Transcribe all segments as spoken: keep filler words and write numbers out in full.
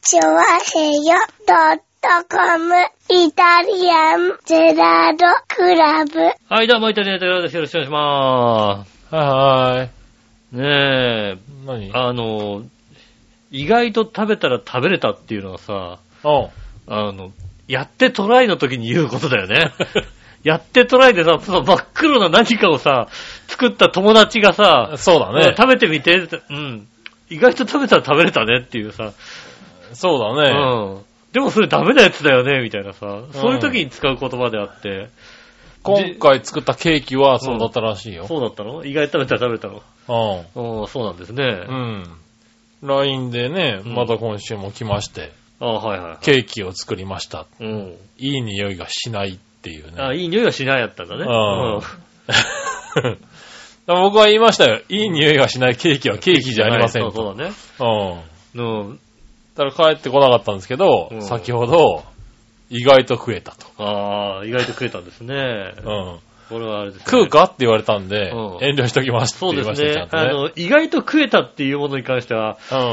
チョワヘヨドットコムイタリアンゼラードクラブ。 はい、どうもイタリアンゼラードです。よろしくお願いしまーす。 はいはい。 ねえ、 何あの、意外と食べたら食べれたっていうのはさ、 おうあの、やってトライの時に言うことだよね。やってトライでさ、その真っ黒な何かをさ、作った友達がさ、 そうだね。 食べてみて、うん。意外と食べたら食べれたねっていうさ、 そうだね。 うん。でもそれダメなやつだよね、みたいなさ、そういう時に使う言葉であって、 今回作ったケーキはそうだったらしいよ。 そうだったの？意外と食べたら食べたの？ うん。 うん、そうなんですね。 うん。ライン でね、また今週も来まして、 ああ、はいはい。 ケーキを作りました。 うん。 いい匂いがしないっていうね。 あ、いい匂いはしないやったんだね。 うん。僕は言いましたよ。いい匂いがしないケーキはケーキじゃありませんと。 そうだね。 うん。 うん。 だから帰ってこなかったんですけど、 うん、 先ほど、意外と食えたと。 ああ、意外と食えたんですね。 うん。 これはあれですね。 食うかって言われたんで、 うん、 遠慮しときますって言いました。そうですね。 あの、意外と食えたっていうものに関しては、 うん。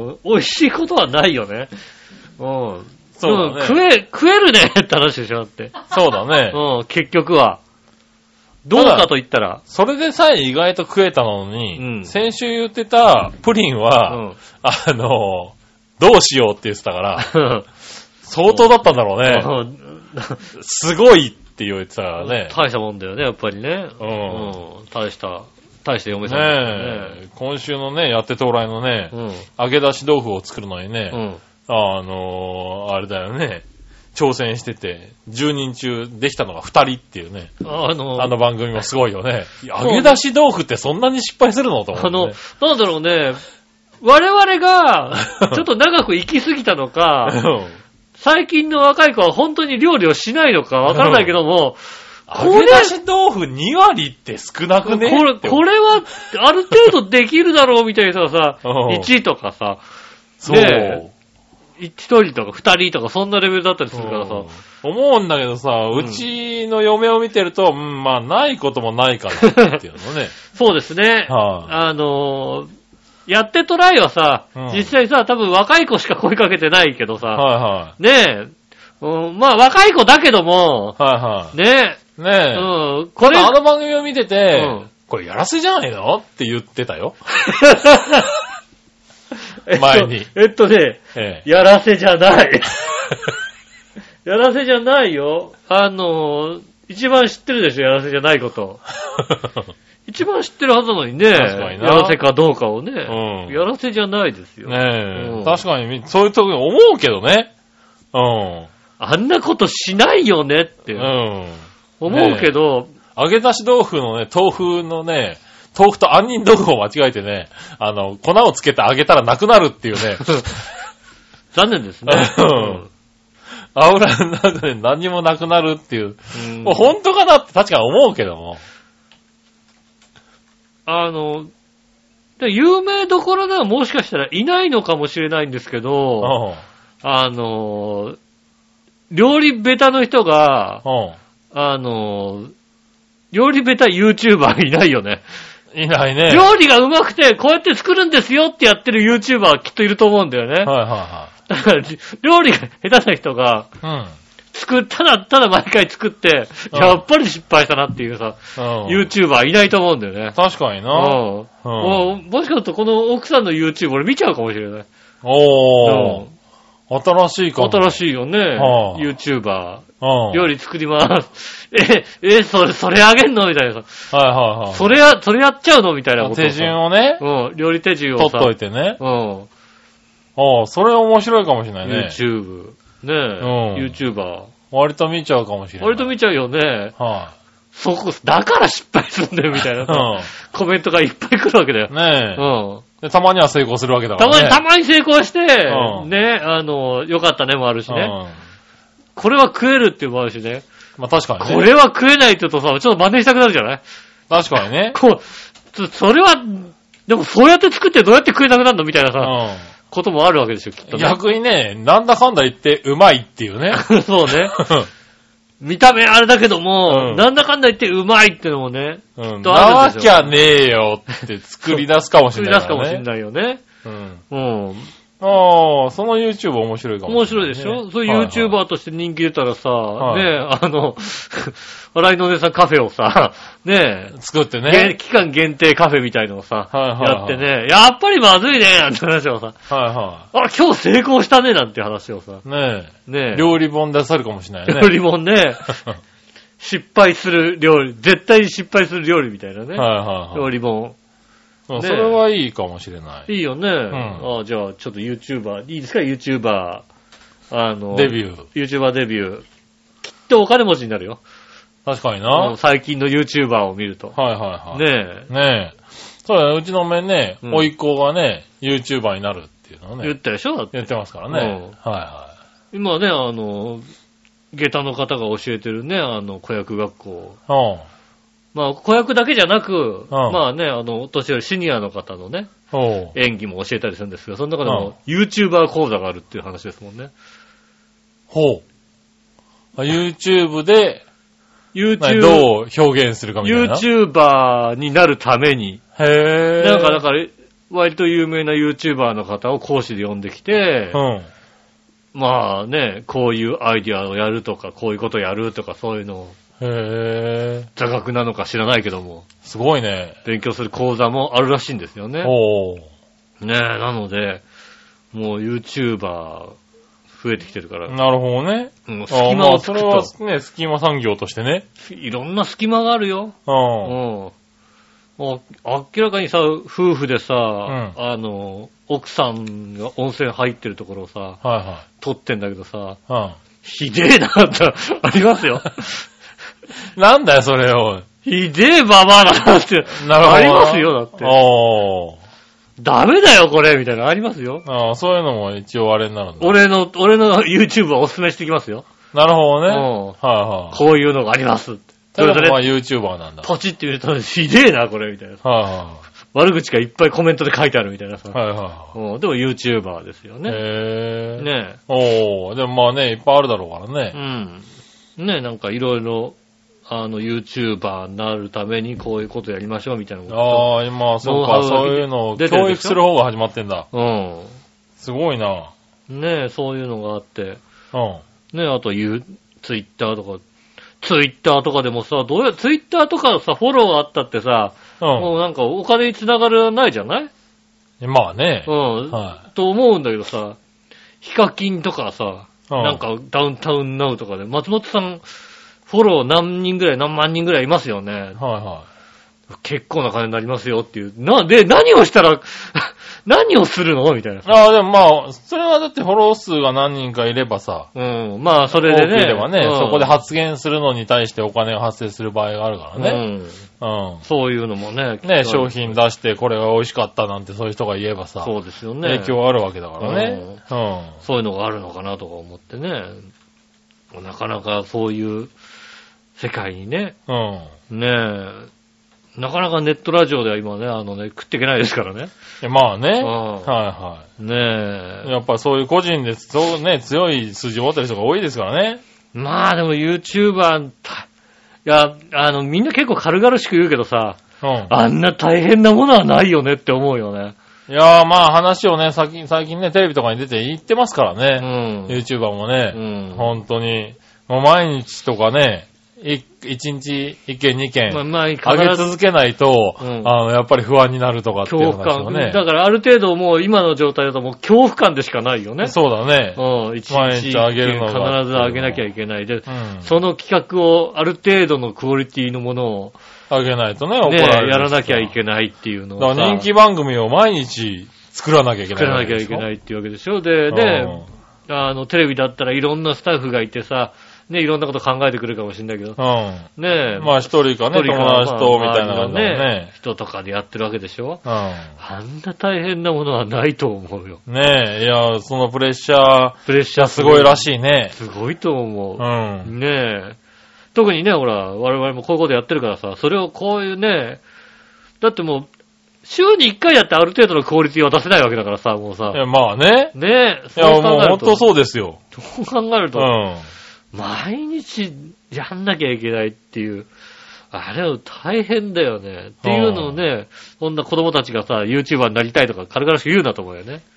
うん、美味しいことはないよね。うん。 そうだね。 食え、食えるねって話でしょって。 そうだね。 うん、結局は。どうかと言ったら。 それでさえ意外と食えたのに、うん、先週言ってたプリンは、うん、あの、どうしようって言ってたから、相当だったんだろうね。すごいって言ってたからね。 大したもんだよね、やっぱりね。うん。うん、大した、大した嫁さんだよね。 ねえ。今週のね、やって到来のね、うん、揚げ出し豆腐を作るのにね、うん、あのー、あれだよね。挑戦してて、じゅうにん中できたのがふたりっていうね。あのー、あの番組もすごいよね。揚げ出し豆腐ってそんなに失敗するのと思って、ね。 あの、なんだろうね。我々が、ちょっと長く生きすぎたのか、最近の若い子は本当に料理をしないのかわからないけども、 揚げ出し豆腐に割って少なくねこれ、これは、ある程度できるだろうみたいなさ、いちとかさ、 そう。 ひとりとかふたりとかそんなレベルだったりするからさ。 思うんだけどさ、うちの嫁を見てると、うん、まあ、ないこともないかなっていうのね。 そうですね。はあ、あのー、やってトライはさ、うん、実際さ、多分若い子しか声かけてないけどさ、はいはい、ねえ、うん、まあ若い子だけども、はいはい、ねえ、ねえ、 うん、 これあの番組を見てて、うん、これやらせじゃないのって言ってたよ。前に。 えっとね、ええ、やらせじゃない。やらせじゃないよ。あの、一番知ってるでしょ、やらせじゃないこと。一番知ってるはずなのにね。確かにな。やらせかどうかをね。うん。やらせじゃないですよ。 ねえ、うん。確かに、そういうとこに思うけどね。うん。 あんなことしないよねって。うん。思うけど、 ね、揚げ出し豆腐のね、豆腐のね、豆腐と杏仁豆腐を間違えてね、あの、粉をつけて揚げたらなくなるっていうね。 残念ですね。 うん。油の中で何にもなくなるっていう。うん、もう本当かなって確かに思うけども。 あの、有名どころではもしかしたらいないのかもしれないんですけど、あの、料理ベタの人が、あの、料理ベタ YouTuber いないよね。 いないね。 料理が上手くて、こうやって作るんですよってやってる YouTuber はきっといると思うんだよね。はいはいはい。だから、料理が下手な人が、うん。作った、ただ、ただ毎回作って、うん、やっぱり失敗したなっていうさ、うん、YouTuber いないと思うんだよね。 確かにな。うん。 うん、もしかするとこの奥さんの YouTube 俺見ちゃうかもしれない。 おー。うん、新しいかも。 新しいよね。はあ、YouTuber。うん、料理作ります。え、え、それ、それあげんのみたいなさ。はいはいはい。それや、それやっちゃうのみたいなこと。 手順をね。 うん。料理手順をさ。 取っといてね。 うん。 ああ、それ面白いかもしれないね。 YouTube。ねえ。うん。YouTuber。 割と見ちゃうかもしれない。 割と見ちゃうよね。はい、あ。そこ、だから失敗するんだよみたいなさ。うん。コメントがいっぱい来るわけだよ。 ねえ。うん。でたまには成功するわけだからね。 たまに、たまに成功して、うん、ね、あの、よかったねもあるしね。うん。これは食えるっていうのもあるしね。 まあ確かにね。 これは食えないって言うとさ、ちょっと真似したくなるじゃない？ 確かにね。 こう、それは、でもそうやって作ってどうやって食えなくなるのみたいなさ、うん、こともあるわけですよ、きっとね。 逆にね、なんだかんだ言ってうまいっていうね。 そうね。見た目あれだけども、うん、なんだかんだ言ってうまいってのもね、 うん、なわきゃねえよって作り出すかもしれない、ね。 作り出すかもしれないよね。うん。うん。 ああ、その YouTube 面白いかも、ね。 面白いでしょ、そういう YouTuber として人気出たらさ、はいはい、ねえ、あの、笑いのお姉さんカフェをさ、ねえ、 作ってね。 期間限定カフェみたいのをさ、はいはいはい、やってね、やっぱりまずいね、なんて話をさ、はいはい、あ、今日成功したね、なんて話をさ、 ねえ、ねえ、料理本出されるかもしれないね。 料理本ね、失敗する料理、絶対に失敗する料理みたいなね、はいはいはい、料理本。 ね、それはいいかもしれない。 いいよね。うん、あじゃあ、ちょっと YouTuber、いいですか ?YouTuber。あの、 デビュー。 YouTuber デビュー。きっとお金持ちになるよ。 確かにな。 最近の YouTuber を見ると。 はいはいはい。 ねえ。ねえ。そうだね、うちの面ね、うん、甥っ子がね、YouTuber になるっていうのをね。 言ったでしょだって。 言ってますからね。うん、はいはい。 今ね、あの、下駄の方が教えてるね、あの、子役学校。 うん。 まあ、子役だけじゃなく、うん、まあね、あの、お年寄りシニアの方のね、演技も教えたりするんですけど、その中でも、うん、YouTuber 講座があるっていう話ですもんね。 ほう。YouTube で、 YouTube、 どう表現するかみたいな。 YouTuber になるために。 へぇー。 なんか、だから、割と有名な YouTuber の方を講師で呼んできて、うん、まあね、こういうアイディアをやるとか、こういうことをやるとか、そういうのを、 へぇー。 座学なのか知らないけども。 すごいね。 勉強する講座もあるらしいんですよね。 おー。 ねえ、なので、もう YouTuber 増えてきてるから。 なるほどね。 うん、隙間を作ると。まあ、それはね、隙間産業としてね。 いろんな隙間があるよ。 うん。 うん。明らかにさ、夫婦でさ、うん、あの、奥さんが温泉入ってるところをさ、はいはい、撮ってんだけどさ、うん、ひでえなってありますよ。 なんだよ、それを。 ひでえババアだなって。なるほど。ありますよ、だって。 おー。 ダメだよ、これ、みたいなのありますよ。 ああ、そういうのも一応あれになるんだ。 俺の、俺の YouTube をおすすめしてきますよ。 なるほどね。うん。 はいはい。こういうのがありますって。 それでまあ YouTuber なんだ。 ポチって見ると、ひでえな、これ、みたいな。 はいはい。 悪口がいっぱいコメントで書いてあるみたいなさ。 はいはい。 うん。でも YouTuber ですよね。 へー。 ねえ。 おー。でもまあね、いっぱいあるだろうからね。 うん。ねえ、なんかいろいろ、あの、YouTuber になるためにこういうことやりましょうみたいなこと。 ああ、今、そうか、そういうのを教育する方が始まってんだ。 うん。 すごいな。 ねえ、そういうのがあって。 うん。 ねえ、あと、Twitter とか、Twitter とかでもさ、どうや、Twitter とかさ、フォローあったってさ、うん、もうなんかお金に繋がらないじゃない？ まあね。 うん。はい。と思うんだけどさ、ヒカキンとかさ、うん、なんかダウンタウンナウとかで、松本さん、フォロー何人ぐらい、何万人ぐらいいますよね。はいはい。 結構な金になりますよっていう。な、で、何をしたら、何をするのみたいな。 ああ、でもまあ、それはだってフォロー数が何人かいればさ。 うん。まあ、それでね。 多ければね、うん、そこで発言するのに対してお金が発生する場合があるからね。うん。うん。 そういうのもね。 ね、商品出してこれが美味しかったなんてそういう人が言えばさ。 そうですよね。 影響あるわけだからね。うん。うん、 そういうのがあるのかなとか思ってね。なかなかそういう世界にね。 うん。 ねえ。なかなかネットラジオでは今ね、あのね、食っていけないですからね。 いやまあね。うん、はいはい。 ねえ。 やっぱそういう個人で、そうね、強い数字を持ってる人が多いですからね。 まあでも YouTuber、いや、あの、みんな結構軽々しく言うけどさ、うん、あんな大変なものはないよねって思うよね。 いやーまあ話をね、最近、最近ね、テレビとかに出て言ってますからね。うん、YouTuber もね、うん、本当に、もう毎日とかね、い一日一件二件、まあまあ、上げ続けないと、うん、あの、やっぱり不安になるとかっていう話をね。 だからある程度もう今の状態だともう恐怖感でしかないよね。 そうだね。 うん、一日上げるの必ず上げなきゃいけないで、うん、その企画をある程度のクオリティのものを上げないとね、怒られる、 ね。やらなきゃいけないっていうのを。 だから人気番組を毎日作らなきゃいけない。 作らなきゃいけないっていうわけでしょ。で、で、あの、テレビだったらいろんなスタッフがいてさ、ね、いろんなこと考えてくるかもしれないけど。 うん。 ねえ。 まあ一人かね、友達とみたいな感じでね。 人とかでやってるわけでしょ。 うん。 あんな大変なものはないと思うよ。 ねえ、いや、そのプレッシャー。 プレッシャーすごいらしいね。 すごいと思う。 うん。 ねえ。特にね、ほら、我々もこういうことやってるからさ、それをこういうね、だってもう、週にいっかいやってある程度のクオリティは出せないわけだからさ、もうさ。 いや、まあね。 ねえ。 いや、もう本当そうですよ。 そう考えると。 うん。 毎日やんなきゃいけないっていう、あれは大変だよね。っていうのをね、こんな子供たちがさ、YouTuber になりたいとか軽々しく言うなと思うよね。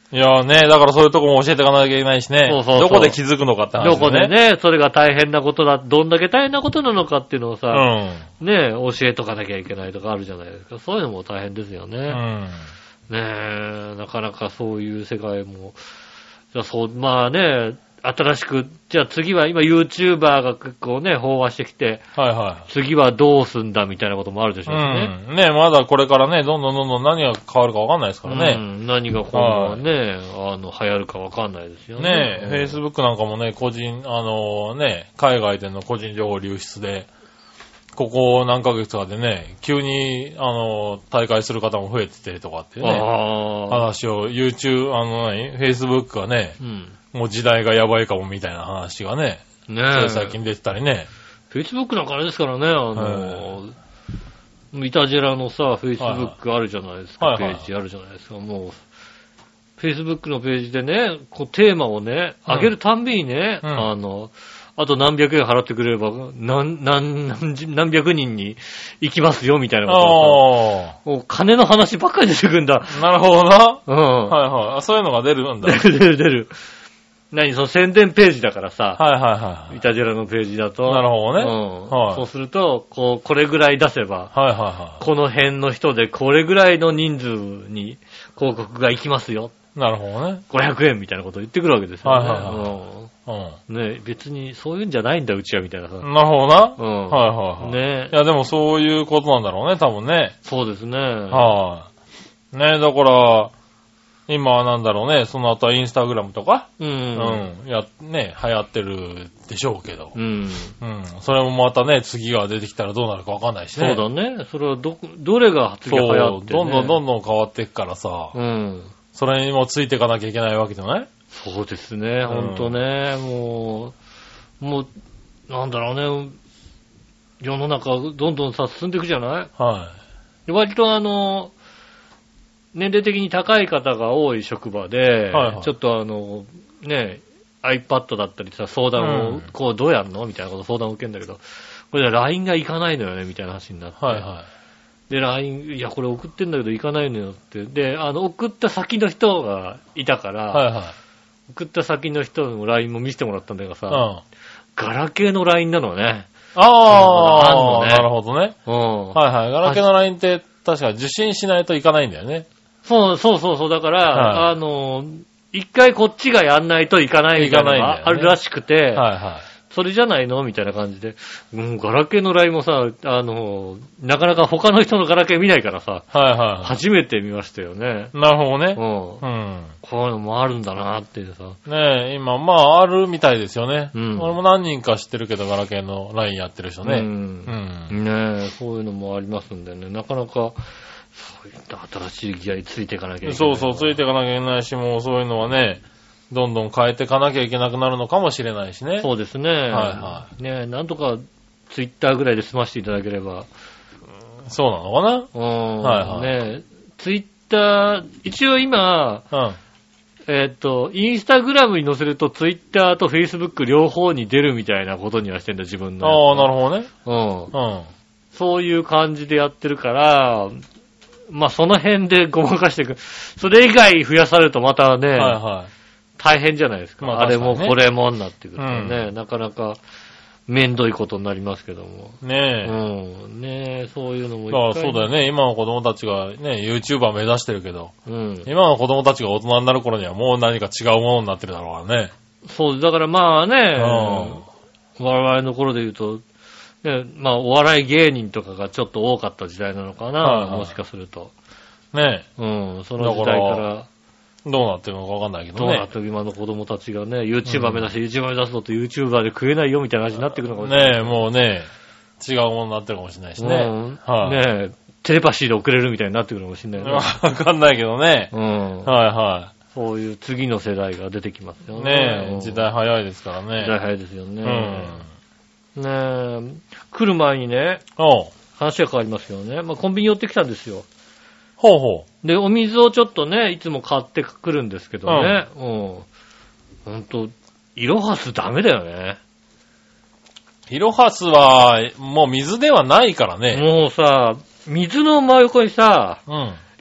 いやね、だからそういうとこも教えていかなきゃいけないしね。そうそうそう。どこで気づくのかって話ね。 どこでね、それが大変なことだ、どんだけ大変なことなのかっていうのをさ、うん、ね、教えとかなきゃいけないとかあるじゃないですか。そういうのも大変ですよね。うん、ねえ、なかなかそういう世界も、じゃあそう、まあね、新しく、じゃあ次は今 YouTuber が結構ね、飽和してきて、はいはい。次はどうすんだみたいなこともあるでしょうしね。 うん。ね、まだこれからね、どんどんどんどん何が変わるかわかんないですからね。うん。 何が今後ね、あの、流行るかわかんないですよね。 ねえ、うん、Facebook なんかもね、個人、あのね、海外での個人情報流出で、ここ何ヶ月かでね、急に、あの、大会する方も増えててとかっていうね、話を YouTube、あの、何 Facebook がね、うんもう時代がやばいかもみたいな話がね。ねえ。それ最近出てたりね。 Facebook なんかあれですからね、あの、イタジェラのさ、Facebook あるじゃないですか、はいはい、ページあるじゃないですか。もう、Facebook のページでね、こうテーマをね、上げるたんびにね、うん、あの、あと何百円払ってくれれば、何、何、何、何百人に行きますよ、みたいなこともう金の話ばっかり出てくるんだ。 なるほどな。うん。はいはい。そういうのが出るんだ。 出る出る出る。何その宣伝ページだからさ。 はいはいはい。 イタジェラのページだと。 なるほどね。 うん。はい、そうすると、こう、これぐらい出せば。 はいはいはい。 この辺の人でこれぐらいの人数に広告が行きますよ。 なるほどね。 ごひゃくえんみたいなことを言ってくるわけですよね。はいはいはい。 うん。 ね別にそういうんじゃないんだ、うちは、みたいなさ。 なるほどな。うん。はいはいはい。ねいやでもそういうことなんだろうね、多分ね。 そうですね。 はい、ねだから、今はなんだろうね、その後はインスタグラムとか、うん、うん、や、ね、流行ってるでしょうけど、うん、うん、それもまたね、次が出てきたらどうなるかわかんないしね。 そうだね。それはど、どれが次流行って、ね、そう、 どんどんどんどん変わっていくからさ、うん、それにもついていかなきゃいけないわけじゃない？ そうですね、ほんとね、もう、もう、なんだろうね、世の中どんどんさ、進んでいくじゃない？はい。割とあの、年齢的に高い方が多い職場で、はいはい、ちょっとあの、ね、iPad だったりさ、相談を、うん、こうどうやるのみたいなこと相談を受けるんだけど、これで ライン が行かないのよね、みたいな話になって。はいはい、で、ライン、いや、これ送ってんだけど行かないのよって。で、あの、送った先の人がいたから、はいはい、送った先の人の ライン も見せてもらったんだけどさ、うん、ガラケーの ライン なのね。 ああ、あるのね。なるほどね。うん。はいはい。ガラケーの ライン って確か受信しないといかないんだよね。 そうそうそうそう。だから、はい、あの、一回こっちがやんないといかないみたいなのがあるらしくて、はいはい、それじゃないのみたいな感じで。うん、ガラケーの ライン もさ、あの、なかなか他の人のガラケー見ないからさ、はいはい、初めて見ましたよね。 なるほどね。 うん。うん、こういうのもあるんだなっていうさ。 ねえ、今、まあ、あるみたいですよね。うん。俺も何人か知ってるけど、ガラケーの ライン やってる人ね。うん。 うん、ねえ、そういうのもありますんでね、なかなか、そういった新しいギアについていかなきゃいけない。 そうそう、ついていかなきゃいけないし、もうそういうのはね、どんどん変えていかなきゃいけなくなるのかもしれないしね。 そうですね。はいはい。ねなんとかツイッターぐらいで済ませていただければ。 そうなのかなうん。はいはい。ねツイッター、一応今、うん、えー、っと、インスタグラムに載せるとツイッターとフェイスブック両方に出るみたいなことにはしてんだ、自分の。 ああ、なるほどね。 うん。うん。そういう感じでやってるから、まあ、その辺でごまかしていく。それ以外増やされるとまたね、はいはい、大変じゃないですか。まあ、あれもこれもになってくるとね、うん、なかなかめんどいことになりますけども。 ねえ。 うん。ねえ、そういうのもいっぱい。そうだよね。今の子供たちがね、YouTuber 目指してるけど、うん、今の子供たちが大人になる頃にはもう何か違うものになってるだろうからね。 そう、だからまあね、うん、我々の頃で言うと、ね、まあ、お笑い芸人とかがちょっと多かった時代なのかな、はいはい、もしかすると。 ねえ。うん、その時代から。 どうなってるのかわかんないけどね。 どうなってる今の子供たちがね、YouTuber 目指して、うん、YouTuber 目指すのと YouTuber で食えないよみたいな話になってくるのかもしれない。 ねえ、もうね、違うものになってるかもしれないしね。うんはい、ねえ、テレパシーで送れるみたいになってくるかもしれない、ね。 わかんないけどね。うん。はいはい。 そういう次の世代が出てきますよね。 ねえ、時代早いですからね。 時代早いですよね。うん。ねえ、来る前にね、話が変わりますけどね、まあ、コンビニ寄ってきたんですよ。 ほうほう。で、お水をちょっとね、いつも買ってくるんですけどね、うん。ほんと、イロハスダメだよね。 イロハスは、もう水ではないからね。 もうさ、水の真横にさ、うん、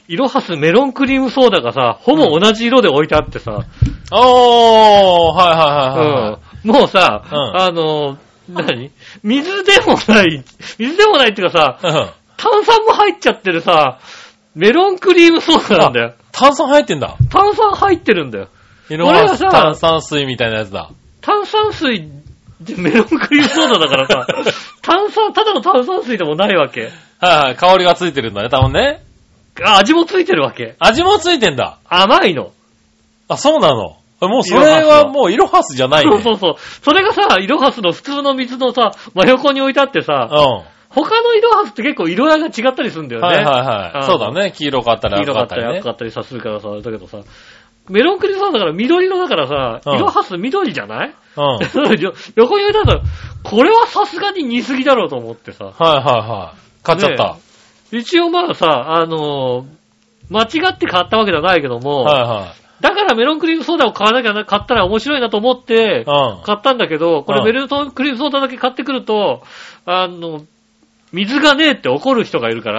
イロハスメロンクリームソーダがさ、ほぼ同じ色で置いてあってさ。うん、 おー、はいはいはいはい。 うん、もうさ、うん、あの、何水でもない、水でもないっていうかさ、うん、炭酸も入っちゃってるさ、メロンクリームソーダなんだよ。 炭酸入ってんだ。 炭酸入ってるんだよ。 これがさ、炭酸水みたいなやつだ。 炭酸水でメロンクリームソーダだからさ、炭酸、ただの炭酸水でもないわけ。 はいはい、香りがついてるんだね、多分ね。 あ、味もついてるわけ。 味もついてんだ。 甘いの。 あ、そうなの。もうそれはもうイロハスじゃないね。 そうそうそう。それがさ、イロハスの普通の水のさ、真横に置いてあってさ、うん。他のイロハスって結構色合いが違ったりするんだよね。 はいはいはい。そうだね。黄色かったり赤かったり、ね。 黄色かったり赤かったりさ、するからさ、だけどさ、メロンクリームソーダだから緑色だからさ、うん、イロハス緑じゃない？うん。横に置いてあったら、これはさすがに似すぎだろうと思ってさ。 はいはいはい。買っちゃった。 ね、一応まあさ、あのー、間違って買ったわけじゃないけども、はいはい。だからメロンクリームソーダを買わなきゃな、買ったら面白いなと思って、買ったんだけど、これメロンクリームソーダだけ買ってくると、あの、水がねえって怒る人がいるから。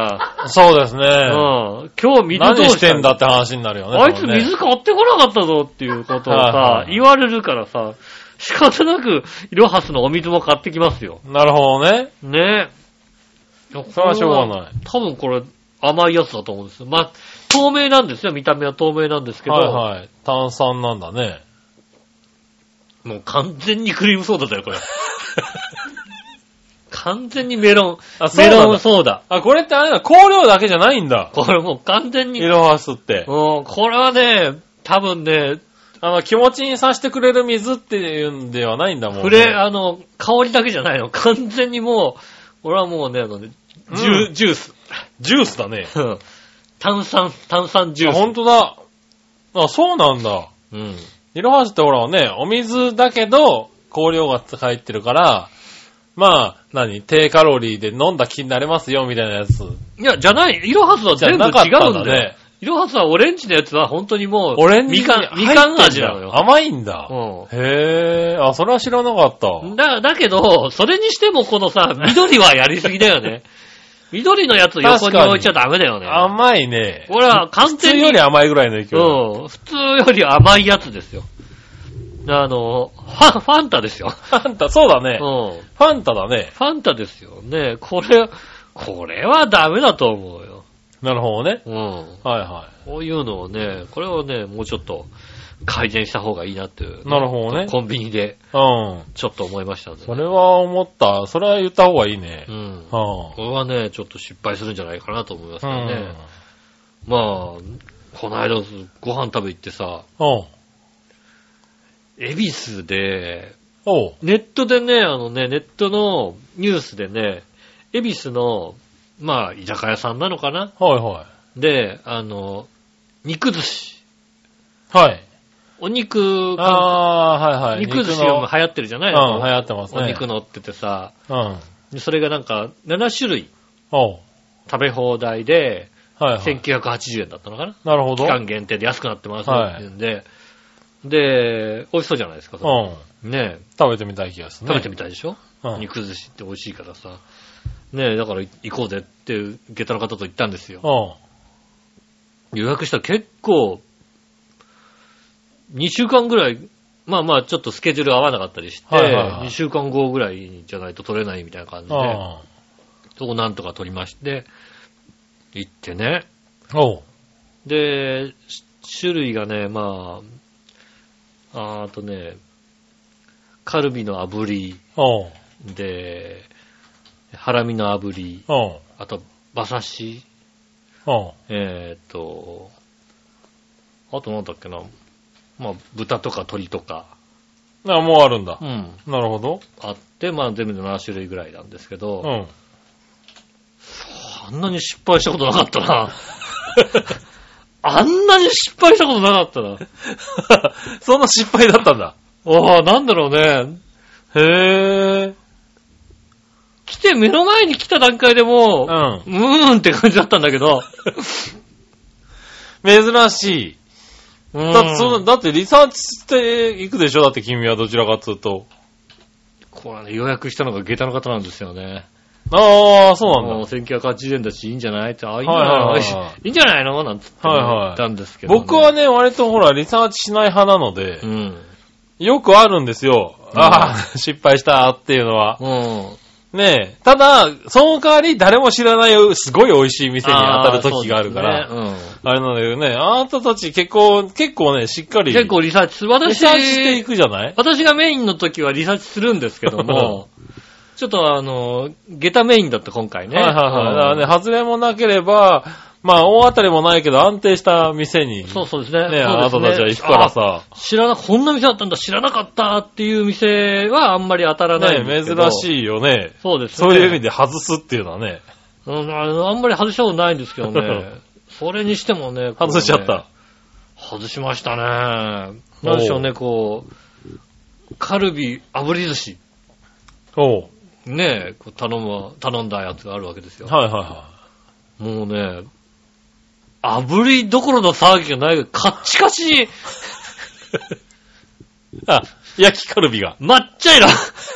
そうですね。うん。 今日水どうした何してんだって話になるよね。 あいつ水買ってこなかったぞっていうことをさ、はいはい、言われるからさ、仕方なくイロハスのお水も買ってきますよ。 なるほどね。 ねえ。それはしょうがない。 多分これ甘いやつだと思うんですよ。まあ、透明なんですよ。見た目は透明なんですけど。 はいはい。炭酸なんだね。 もう完全にクリームソーダだよ、これ。完全にメロン。あ、メロンソーダ。 あ、これってあれだ、香料だけじゃないんだ。 これもう完全に。 イロハスって。 うん、これはね、多分ね、 あの、気持ちにさせてくれる水っていうんではないんだもんね。 これ、あの、香りだけじゃないの。完全にもう、俺はもうね、あのね、ジュ、うん、ジュース。 ジュースだね。 炭酸、炭酸ジュース。 あ、ほんとだ。あ、そうなんだ。うん。イロハスってほらね、お水だけど、香料が入ってるから、まあ、何低カロリーで飲んだ気になれますよ、みたいなやつ。 いや、じゃない。イロハスは全部違うんだね。イロハスはオレンジのやつは本当にもう、 オレンジみかん、みかん味なのよ。 甘いんだ。うん。へぇー。あ、それは知らなかった。 だ、だけど、それにしてもこのさ、緑はやりすぎだよね。緑のやつ横に置いちゃダメだよね。 甘いね。 これは完全に。 普通より甘いぐらいの勢い。 うん。普通より甘いやつですよ。あの、ファン、ファンタですよ。 ファンタ、そうだね。うん。ファンタだね。 ファンタですよね。これ、これはダメだと思うよ。 なるほどね。 うん。 はいはい。 こういうのをね、これをね、もうちょっと改善した方がいいなっていう、 ね。なるほどね。 コンビニで。うん。ちょっと思いましたね。 それは思った。それは言った方がいいね。うん。 はあ、これはね、ちょっと失敗するんじゃないかなと思いますけどね。うん、まあ、この間ご飯食べ行ってさ、うん。恵比寿で、ネットでね、あのね、ネットのニュースでね、恵比寿の、まあ、居酒屋さんなのかな？ はいはい。 で、あの、肉寿司。 はい。 お肉、 ああ、はいはい。 肉寿司が流行ってるじゃないの？ うん、流行ってますね。 お肉乗っててさ、うん。それがなんか、なな種類、食べ放題で、はいはい、せんきゅうひゃくはちじゅうえんだったのかな？ なるほど。 期間限定で安くなってますっていうんで、はいで、美味しそうじゃないですか。 うん。 ねえ。 食べてみたい気がするね。 食べてみたいでしょ、うん、肉寿司って美味しいからさ。ねえ、だから行こうぜって下駄の方と言ったんですよ。うん。予約したら結構、にしゅうかんぐらい、まあまあちょっとスケジュール合わなかったりして、はいはいはい、にしゅうかんごぐらいじゃないと取れないみたいな感じで、そこなんとか取りまして、行ってね。おう。で、種類がね、まあ、あ, あとね、カルビの炙り、で、ハラミの炙り、あと、馬刺し、えっと、あとなんだっけな、まあ、豚とか鶏とか。 あ、もうあるんだ。 うん。 なるほど。 あって、まあ全部でなな種類ぐらいなんですけど、うん。あんなに失敗したことなかったな。あんなに失敗したことなかったな。 そんな失敗だったんだ。 ああ、なんだろうね。へえ。来て、目の前に来た段階でもう、うん、うーんって感じだったんだけど。 珍しい。うん、だってそ、だってリサーチしていくでしょだって君はどちらかというと。 これね、予約したのが下駄の方なんですよね。 ああ、そうなんだ。 せんきゅうひゃくはちじゅうねんだし、いいんじゃないって、あ、いいんじゃないの、はいはいはい、いいんじゃないのなんつって言ったんですけど、ね、 僕はね、割とほら、リサーチしない派なので、うん、よくあるんですよ。うん、ああ、失敗したっていうのは。うんねえ。ただ、その代わり誰も知らないすごい美味しい店に当たる時があるから。あ, ねうん、あれなんだけどね、あなたたち結構、結構ね、しっかり。 結構リサーチする。私、 リサーチしていくじゃない？ 私がメインの時はリサーチするんですけども、ちょっとあの、下駄メインだった今回ね。 はいはいはい。だからね、外れもなければ、まあ、大当たりもないけど安定した店に。 そうそうですね。 ね、あなたたちは行くからさ。 知らな、こんな店だったんだ、知らなかったっていう店はあんまり当たらないんですけど。 ね、珍しいよね。 そうですね。そういう意味で外すっていうのはね。 うん、あんまり外したことないんですけどね。それにしてもね、 こうね外しちゃった。 外しましたね。なんでしょうね、こう、カルビ炙り寿司。 おう。 ねえ、頼む、頼んだやつがあるわけですよ。 はいはいはい。 もうね、炙りどころの騒ぎがないけど、カッチカチに。 あ、焼きカルビが。 抹茶色。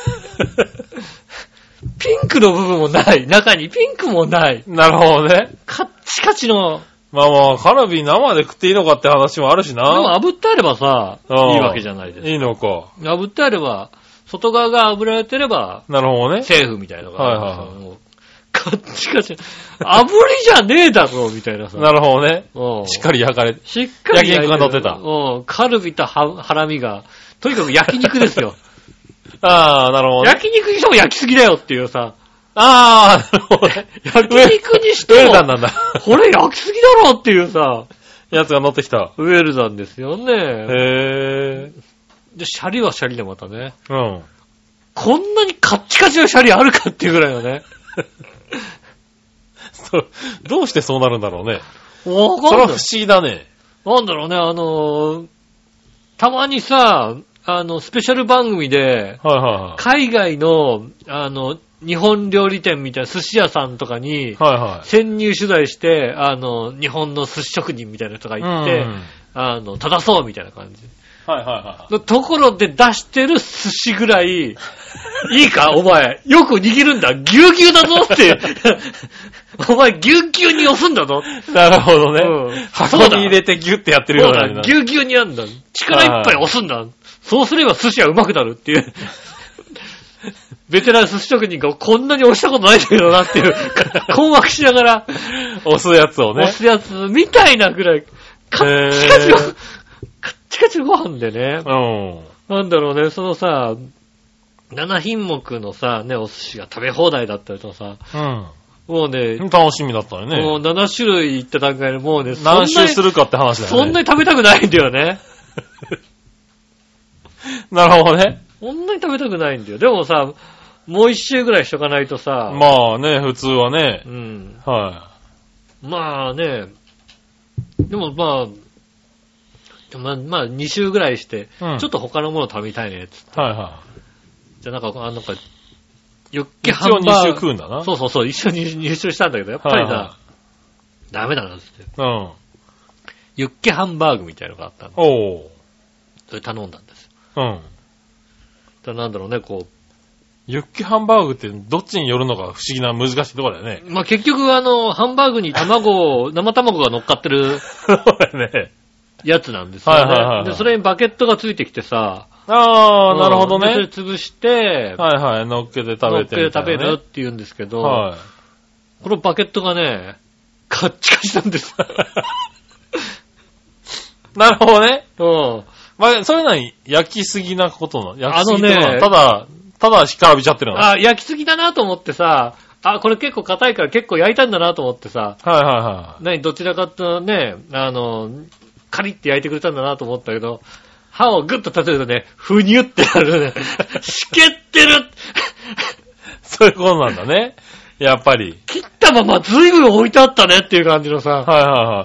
ピンクの部分もない。中にピンクもない。 なるほどね。 カッチカチの。 まあまあ、カルビ生で食っていいのかって話もあるしな。 でも炙ってあればさ、いいわけじゃないですか。 いいのか。 炙ってあれば、外側が炙られてれば、 なるほどね。 セーフみたいなのが。 はいはいはい。 もうカッチカチ。炙りじゃねえだろ、みたいなさ。 なるほどね。しっかり焼かれて。 しっかり焼き肉が乗ってた。 うん。カルビとハラミが、とにかく焼肉ですよ。 ああ、なるほど、ね。 焼肉にしても焼きすぎだよっていうさ。 ああ、なるほどね。 焼肉にしても、 ウェルダンなんだ。 これ焼きすぎだろっていうさ。 やつが乗ってきた。 ウェルダンですよね。 へえ。 で、シャリはシャリでまたね。 うん。 こんなにカッチカチのシャリあるかっていうぐらいのね。 そどうしてそうなるんだろうね。 わかんない。 それは不思議だね。 なんだろうね、あのー、たまにさ、あの、スペシャル番組で、 はいはいはい、 海外の、あの、日本料理店みたいな寿司屋さんとかに、はいはい、潜入取材して、あの、日本の寿司職人みたいな人が行って、うん、あの、正そうみたいな感じ。 はいはいはい。 のところで出してる寿司ぐらい、いいかお前、よく握るんだ。ぎゅうぎゅうだぞって。お前、ぎゅうぎゅうに押すんだぞ。 なるほどね。うん、箱に入れてギュッてやってるような。 そうだ、ぎゅうぎゅうにやんだ。力いっぱい押すんだ。はいはい、そうすれば寿司はうまくなるっていう。ベテラン寿司職人がこんなに押したことないんだけどなっていう。困惑しながら。 押すやつをね。 押すやつみたいなぐらい。カッチカチの。カッチカチご飯でね。うん。なんだろうね、そのさ、なな品目のさ、ね、お寿司が食べ放題だったりとさ。うん。もうね。 楽しみだったよね。 もうなな種類いった段階でもうね、 何周するかって話だよね。 そんなに食べたくないんだよね。 なるほどね。 そんなに食べたくないんだよ。でもさ、もう一周ぐらいしとかないとさ。 まあね、普通はね。 うん。 はい。 まあね、でもまあ、まあ、まあ、に周ぐらいして、うん、ちょっと他のもの食べたいね、つって。 はいはい。 じゃあなんか、あのか、ユッケハンバーグ。一応に周食うんだな。 そうそうそう、一緒にに周したんだけど、やっぱりさ、はいはい、ダメだな、つって。 うん。 ユッケハンバーグみたいなのがあったの。 おー。 それ頼んだんですよ。 うん。 だなんだろうね、こう。 ユッケハンバーグってどっちによるのか不思議な難しいところだよね。 まあ、結局あの、ハンバーグに卵を、生卵が乗っかってる。 そうだよね。 やつなんですよね。 はいはいはいはい、 で、それにバケットがついてきてさ。 ああ、うん、なるほどね。 それ潰して、 はいはい、乗っけて食べて、ね。乗っけて食べるって言うんですけど、 はい。 このバケットがね、カッチカチなんです。 なるほどね。 うん。 まあ、そういうのは焼きすぎなことの。焼きすぎなの、ね、ただ、ただ干からびちゃってるの。 あ、焼きすぎだなと思ってさ、あ、これ結構硬いから結構焼いたんだなと思ってさ。 はいはいはい。 何、どちらかとね、あの、カリッて焼いてくれたんだなと思ったけど、歯をグッと立てるとね、ふにゅってなるね。しけってるそういうことなんだね。やっぱり。 切ったまま随分置いてあったねっていう感じのさ。 はいはいはい。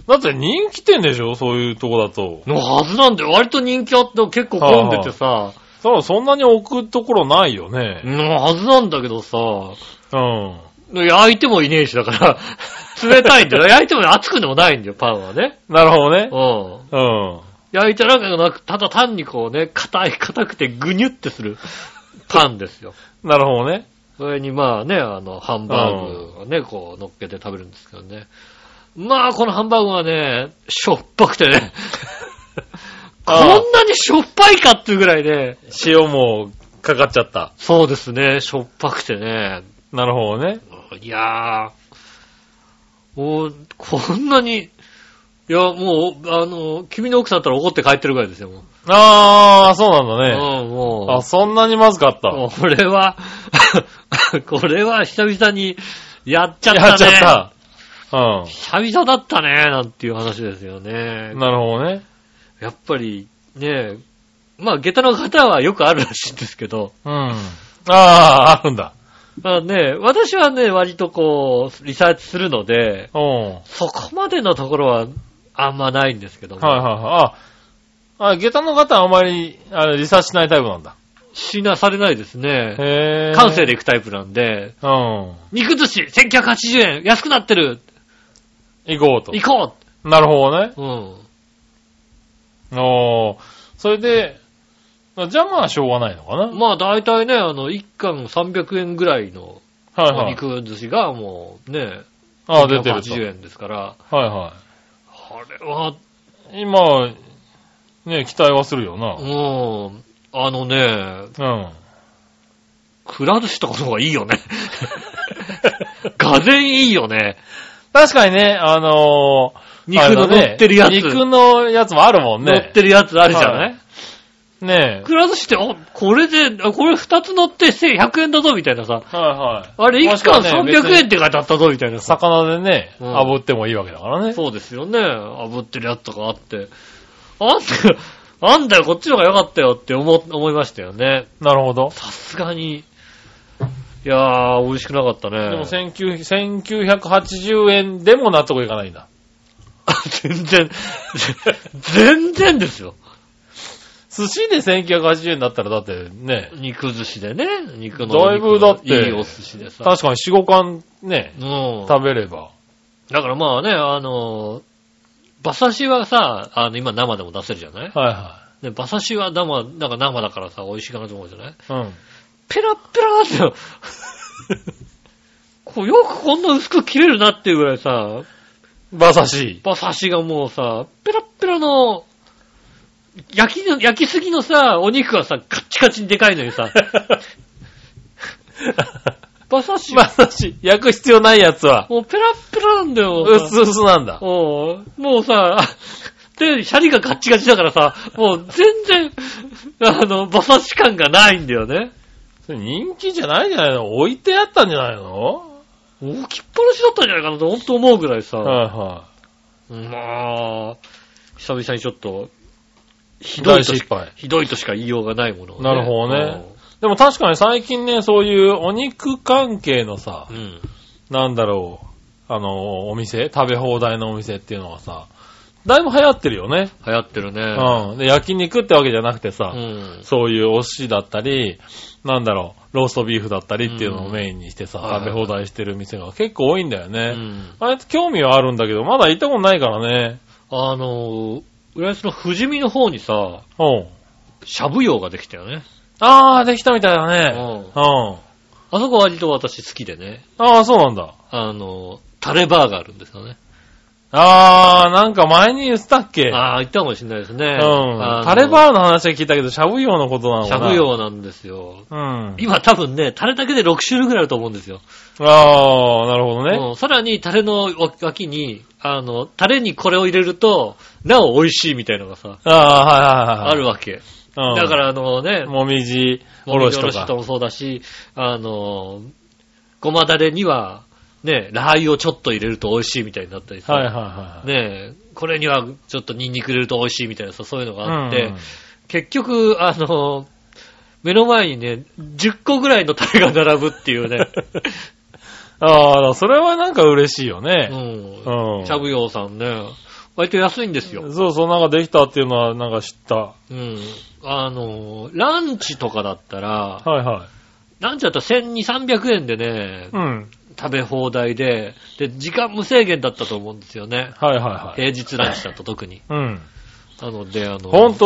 だって人気店でしょそういうとこだと。 のはずなんだよ。割と人気あって結構混んでてさ。はあはあ、 ただそんなに置くところないよね。 のはずなんだけどさ。 うん。 焼いてもいねえしだから、冷たいんだよ。焼いても熱くでもないんだよ、パンはね。 なるほどね。 うん。うん。焼いたらなく、ただ単にこうね、硬い、硬くてぐにゅってするパンですよ。 なるほどね。 それにまあね、あの、ハンバーグをね、こう乗っけて食べるんですけどね。まあ、このハンバーグはね、しょっぱくてね。こんなにしょっぱいかっていうぐらいね。 塩もかかっちゃった。 そうですね、しょっぱくてね。 なるほどね。 いやー、もう、こんなに、いや、もう、あの、君の奥さんだったら怒って帰ってるぐらいですよ、もう。 あー、そうなんだね。 うん、もう。 あ、そんなにまずかった。 これは、これは久々にやっちゃったね。 やっちゃった。うん。 久々だったね、なんていう話ですよね。 なるほどね。 やっぱり、ね、まあ、下駄の方はよくあるらしいんですけど。 うん。ああ、あるんだ。 まあね、私はね、割とこう、リサーチするので、 うん。 そこまでのところはあんまないんですけども。 はいはいはい。あ、あ、下駄の方はあまり、あれ、リサーチしないタイプなんだ。 しなされないですね。 へー。 感性で行くタイプなんで、 うん。 肉寿司せんきゅうひゃくはちじゅうえん安くなってる行こうと。 行こうなるほどね。 うん。 おー。それで、じゃあまあしょうがないのかな。 まあ大体ね、あの、一貫さんびゃくえんぐらいの、 はいはい。 肉寿司がもうね、 ああ、出てると。 せんきゅうひゃくはちじゅうえんですから。 はいはい。 あれは、 今、ね、期待はするよな。 うん。あのね、 うん。 くら寿司とかの方がいいよね。がぜんいいよね。 確かにね、あのー、 肉の乗ってるやつ、ね。 肉のやつもあるもんね。 乗ってるやつあるじゃない、はい、 ねえ。 くら寿司って、あ、これで、これ二つ乗ってせんひゃくえんだぞみたいなさ。 はいはい。 あれ一貫さんびゃくえんって書いてあったぞみたいなさ。 魚でね、 うん、 炙ってもいいわけだからね。 そうですよね。炙ってるやつとかあって。あんた、あんだよ、こっちの方が良かったよって思、思いましたよね。 なるほど。 さすがに。いやー、美味しくなかったね。 でもせんきゅうひゃくはちじゅうえんでも納得いかないんだ。 全然、全然ですよ。 寿司でせんきゅうひゃくはちじゅうえんだったらだってね。 肉寿司でね。肉の。 だいぶだって。 いいお寿司でさ。 確かによん、ごかんね、うん、食べれば。 だからまあね、あの、馬刺しはさ、あの、今生でも出せるじゃない？ はいはい。 で、馬刺しは生、なんか生だからさ、美味しいかなと思うじゃない？ うん。 ペラッペラーってよ。こうよくこんな薄く切れるなっていうぐらいさ、 馬刺し。 馬刺しがもうさ、ペラッペラの、焼きの、焼きすぎのさ、お肉がさ、カッチカチにでかいのにさ、馬刺し。 馬刺し。焼く必要ないやつは。 もうペラッペラなんだよ。 うすうすなんだ。 もう、もうさ、で、シャリがカッチカチだからさ、もう全然、あの、馬刺し感がないんだよね。 それ人気じゃないんじゃないの？置いてあったんじゃないの？ 置きっぱなしだったんじゃないかなと本当思うぐらいさ。 はいはい。 まあ、久々にちょっと、ひどいとしか、ひどいとしか言いようがないものを、ね。 なるほどね。でも確かに最近ね、そういうお肉関係のさ、うん、なんだろう、あの、お店、食べ放題のお店っていうのはさ、だいぶ流行ってるよね。 流行ってるね。 うん。で、焼肉ってわけじゃなくてさ、 うん、 そういうお寿司だったり、なんだろう、ローストビーフだったりっていうのをメインにしてさ、うん、食べ放題してる店が結構多いんだよね。うん、あれ興味はあるんだけど、まだ行ったことないからね。 あの、浦安の富士見の方にさ、 うん。 しゃぶ葉ができたよね。 あー、できたみたいだね。 うん。 うん。 あそこ割と私好きでね。 あー、そうなんだ。 あの、タレバーがあるんですよね。 あー、なんか前に言ってたっけ？ あー、言ったかもしれないですね。 うん。タレバーの話は聞いたけど、しゃぶ葉のことなのかな？ しゃぶ葉なんですよ。 うん。 今多分ね、タレだけでろく種類ぐらいあると思うんですよ。 あー、なるほどね。 うん。さらにタレの脇に、あの、タレにこれを入れると、なお美味しいみたいなのがさ、 あー、はいはいはい。 あるわけ。うん、だからあのね、 もみじおろしとか。もみじおろしともそうだし、あの、ごまだれには、ね、ラー油をちょっと入れると美味しいみたいになったりさ。 はいはいはい。 ね、これにはちょっとニンニク入れると美味しいみたいなさ、そういうのがあって、 うんうん、 結局、あの、目の前にね、じゅっこぐらいのタレが並ぶっていうね。 ああ、それはなんか嬉しいよね。 うん。うん。しゃぶ葉さんね、割と安いんですよ。 そうそう、なんかできたっていうのはなんか知った。 うん。あの、ランチとかだったら、 はいはい。 ランチだったらせんにひゃく、さんびゃくえんでね、 うん。 食べ放題で、で、時間無制限だったと思うんですよね。 はいはいはい。 平日ランチだと特に。 うん。 なので、あの、 ほんとだ。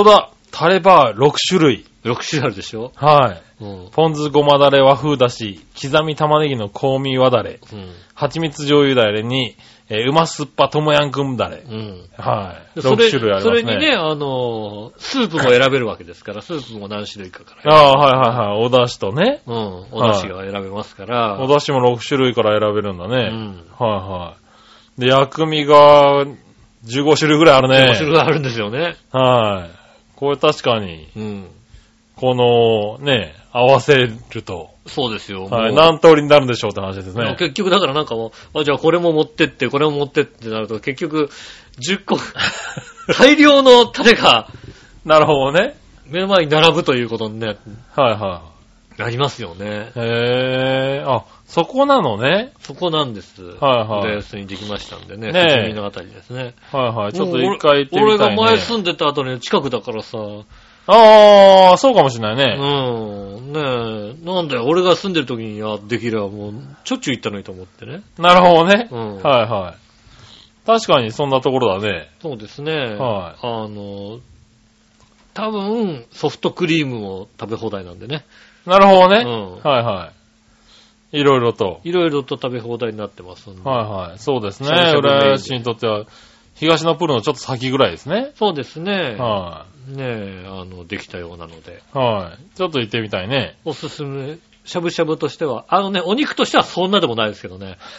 タレバーろく種類。 ろく種類あるでしょ。 はい。 うん、 ポン酢ごまだれ和風だし、刻み玉ねぎの香味和だれ、うん、蜂蜜醤油だれに、えー、うま酸っぱともやんくんだれ。うん、はい。ろく種類ありますね。 それにね、あのー、スープも選べるわけですから、スープも何種類かから。 ああ、はいはいはい。お出汁とね。 うん。お出汁が選べますから。 はい、お出汁もろく種類から選べるんだね。うん。はいはい。で、薬味がじゅうご種類ぐらいあるね。 じゅうご種類ぐらいあるんですよね。 はい。これ確かに。うん。この、ね、合わせると。 そうですよ。 はい。何通りになるんでしょうって話ですね。 結局だからなんかもう、あ、じゃあこれも持ってって、これも持ってってなると、結局、じゅっこ、大量のタレが、 なるほどね。 目の前に並ぶということにね。 はいはい。 ありますよね。 へー。あ、そこなのね。 そこなんです。 はいはい。 浦安にできましたんでね。 ねえ。 富のあたりですね。 はいはい。ちょっと一回行ってみたいね。 俺が前住んでた後に近くだからさ。 ああ、そうかもしれないね。 うん。ねえ。なんだよ、俺が住んでる時にはできればもう、ちょっちゅう行ったのにと思ってね。 なるほどね。うん。はいはい。確かにそんなところだね。 そうですね。 はい。 あの、多分、ソフトクリームも食べ放題なんでね。 なるほどね。うん。はいはい。いろいろと。 いろいろと食べ放題になってますんで。 はいはい。そうですね。浦安市にとっては、東のプールのちょっと先ぐらいですね。 そうですね。 はい。 ねえ、あの、できたようなので。 はい。ちょっと行ってみたいね。 おすすめ。しゃぶしゃぶとしては、あのね、お肉としてはそんなでもないですけどね。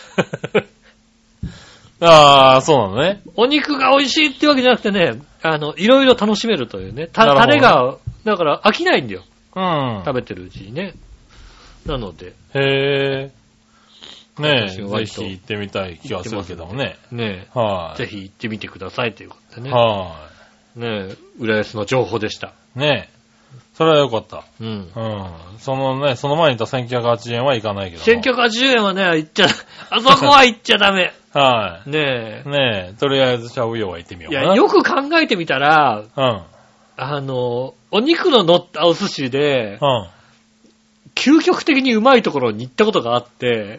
ああ、そうなのね。 お肉が美味しいってわけじゃなくてね、あの、いろいろ楽しめるというね。た、タレが、だから飽きないんだよ。うん。食べてるうちにね。なので。 へえ。ねえ、ぜひ行ってみたい気がするけどもね。 ねえ。はい。ぜひ行ってみてくださいということでね。 はい。 ねえ、浦安の情報でした。 ねえ。それはよかった。 うん。うん。 そのね、その前に言ったせんきゅうひゃくはちじゅうえんはいかないけど。 せんきゅうひゃくはちじゅうえんはね、行っちゃ、あそこは行っちゃダメ。 はい。 ねえ。 ねえ、とりあえずしゃぶ用は行ってみようかな。 いや、よく考えてみたら、 うん。 あの、お肉の乗ったお寿司で、 うん。 究極的にうまいところに行ったことがあって、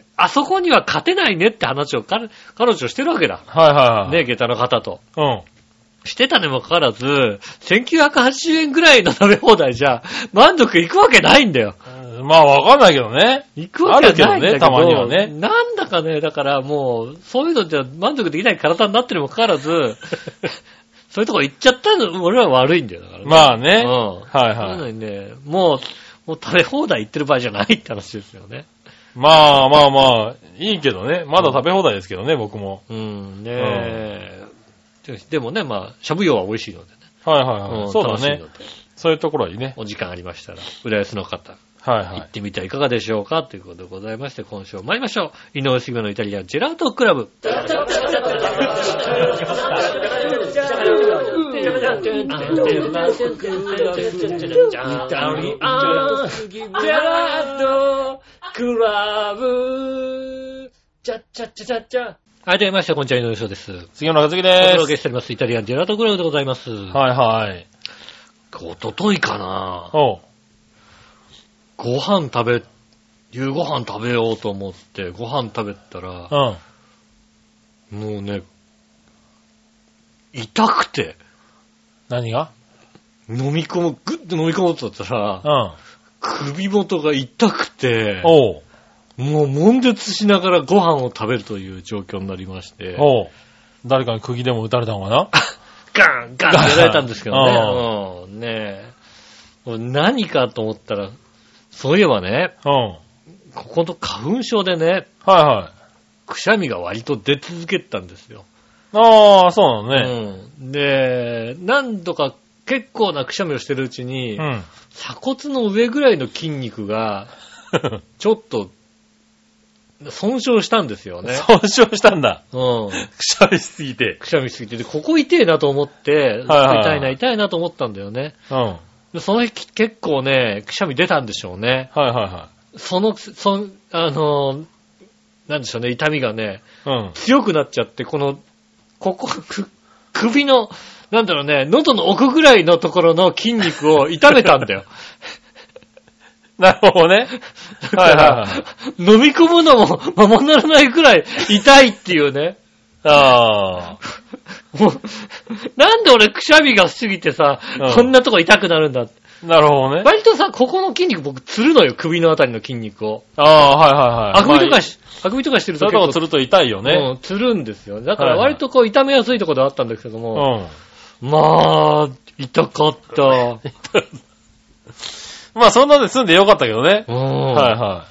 あそこには勝てないねって話を彼女してるわけだ。 はいはいはい。 ね、下駄の方と。 うん。 してたにもかかわらず、せんきゅうひゃくはちじゅうえんぐらいの食べ放題じゃ、満足いくわけないんだよ。 まあわかんないけどね。 行くわけないんだけど。あるけどね、 たまにはね。 なんだかね、だからもう、そういうのじゃ満足できない体になってるにもかかわらず、そういうとこ行っちゃったの、俺は悪いんだよ。だからね、 まあね。 うん。 はいはい。そういうのにね、もう、もう食べ放題行ってる場合じゃないって話ですよね。 まあまあまあ、いいけどね。まだ食べ放題ですけどね、うん、僕も。 うん、ねえ、うん。でもね、まあ、しゃぶ用は美味しいのでね。 はいはいはい。うん、そうだね。そういうところはいいね。 お時間ありましたら、浦安の方。 はいはい。 行ってみてはいかがでしょうかということでございまして、今週参りましょう。井上杉村のイタリアンジェラートクラブ。はい、どうもまして、こんにちは、井上翔です。 杉村和樹です。お届けしております、イタリアンジェラートクラブでございます。 はいはい。 おとといかな。 おう。 ご飯食べ、夕ご飯食べようと思ってご飯食べたら、うん、もうね、痛くて。 何が？ 飲み込む、ぐっと飲み込もうとったら、 うん、 首元が痛くて、 おう、 もう悶絶しながらご飯を食べるという状況になりまして、 おう、誰かに釘でも撃たれたのかな？ ガンガンってやられたんですけどね。うん、ねえ。何かと思ったら、そういえばね、 うん、 ここの花粉症でね、 はいはい。 くしゃみが割と出続けてたんですよ。 ああ、そうなのね。 うん。で、何度か結構なくしゃみをしてるうちに、うん、鎖骨の上ぐらいの筋肉が、ちょっと、損傷したんですよね。 損傷したんだ。 うん。 くしゃみしすぎて。 くしゃみしすぎて。で、ここ痛いなと思って、はいはいはい、痛いな痛いなと思ったんだよね。 うん。 でその日結構ね、くしゃみ出たんでしょうね。 はいはいはい。 その、そあの、なんでしょうね、痛みがね、 うん、 強くなっちゃって、この、ここ、く、首の、なんだろうね、喉の奥ぐらいのところの筋肉を痛めたんだよ。 なるほどね。はいはいはい。 飲み込むのもままならないくらい痛いっていうね。 ああ。 もう、なんで俺くしゃみがしすぎてさ、うん、こんなとこ痛くなるんだって。 なるほどね。 割とさ、ここの筋肉僕つるのよ、首のあたりの筋肉を。 ああ、はいはいはい。 あくびとかし、あくびとかしてると結構。 そういうとこつると痛いよね。 うん、つるんですよ。だから割とこう痛めやすいところであったんですけども。うん。まあ、痛かった。 まあそんなで済んでよかったけどね。 うん。はいはい。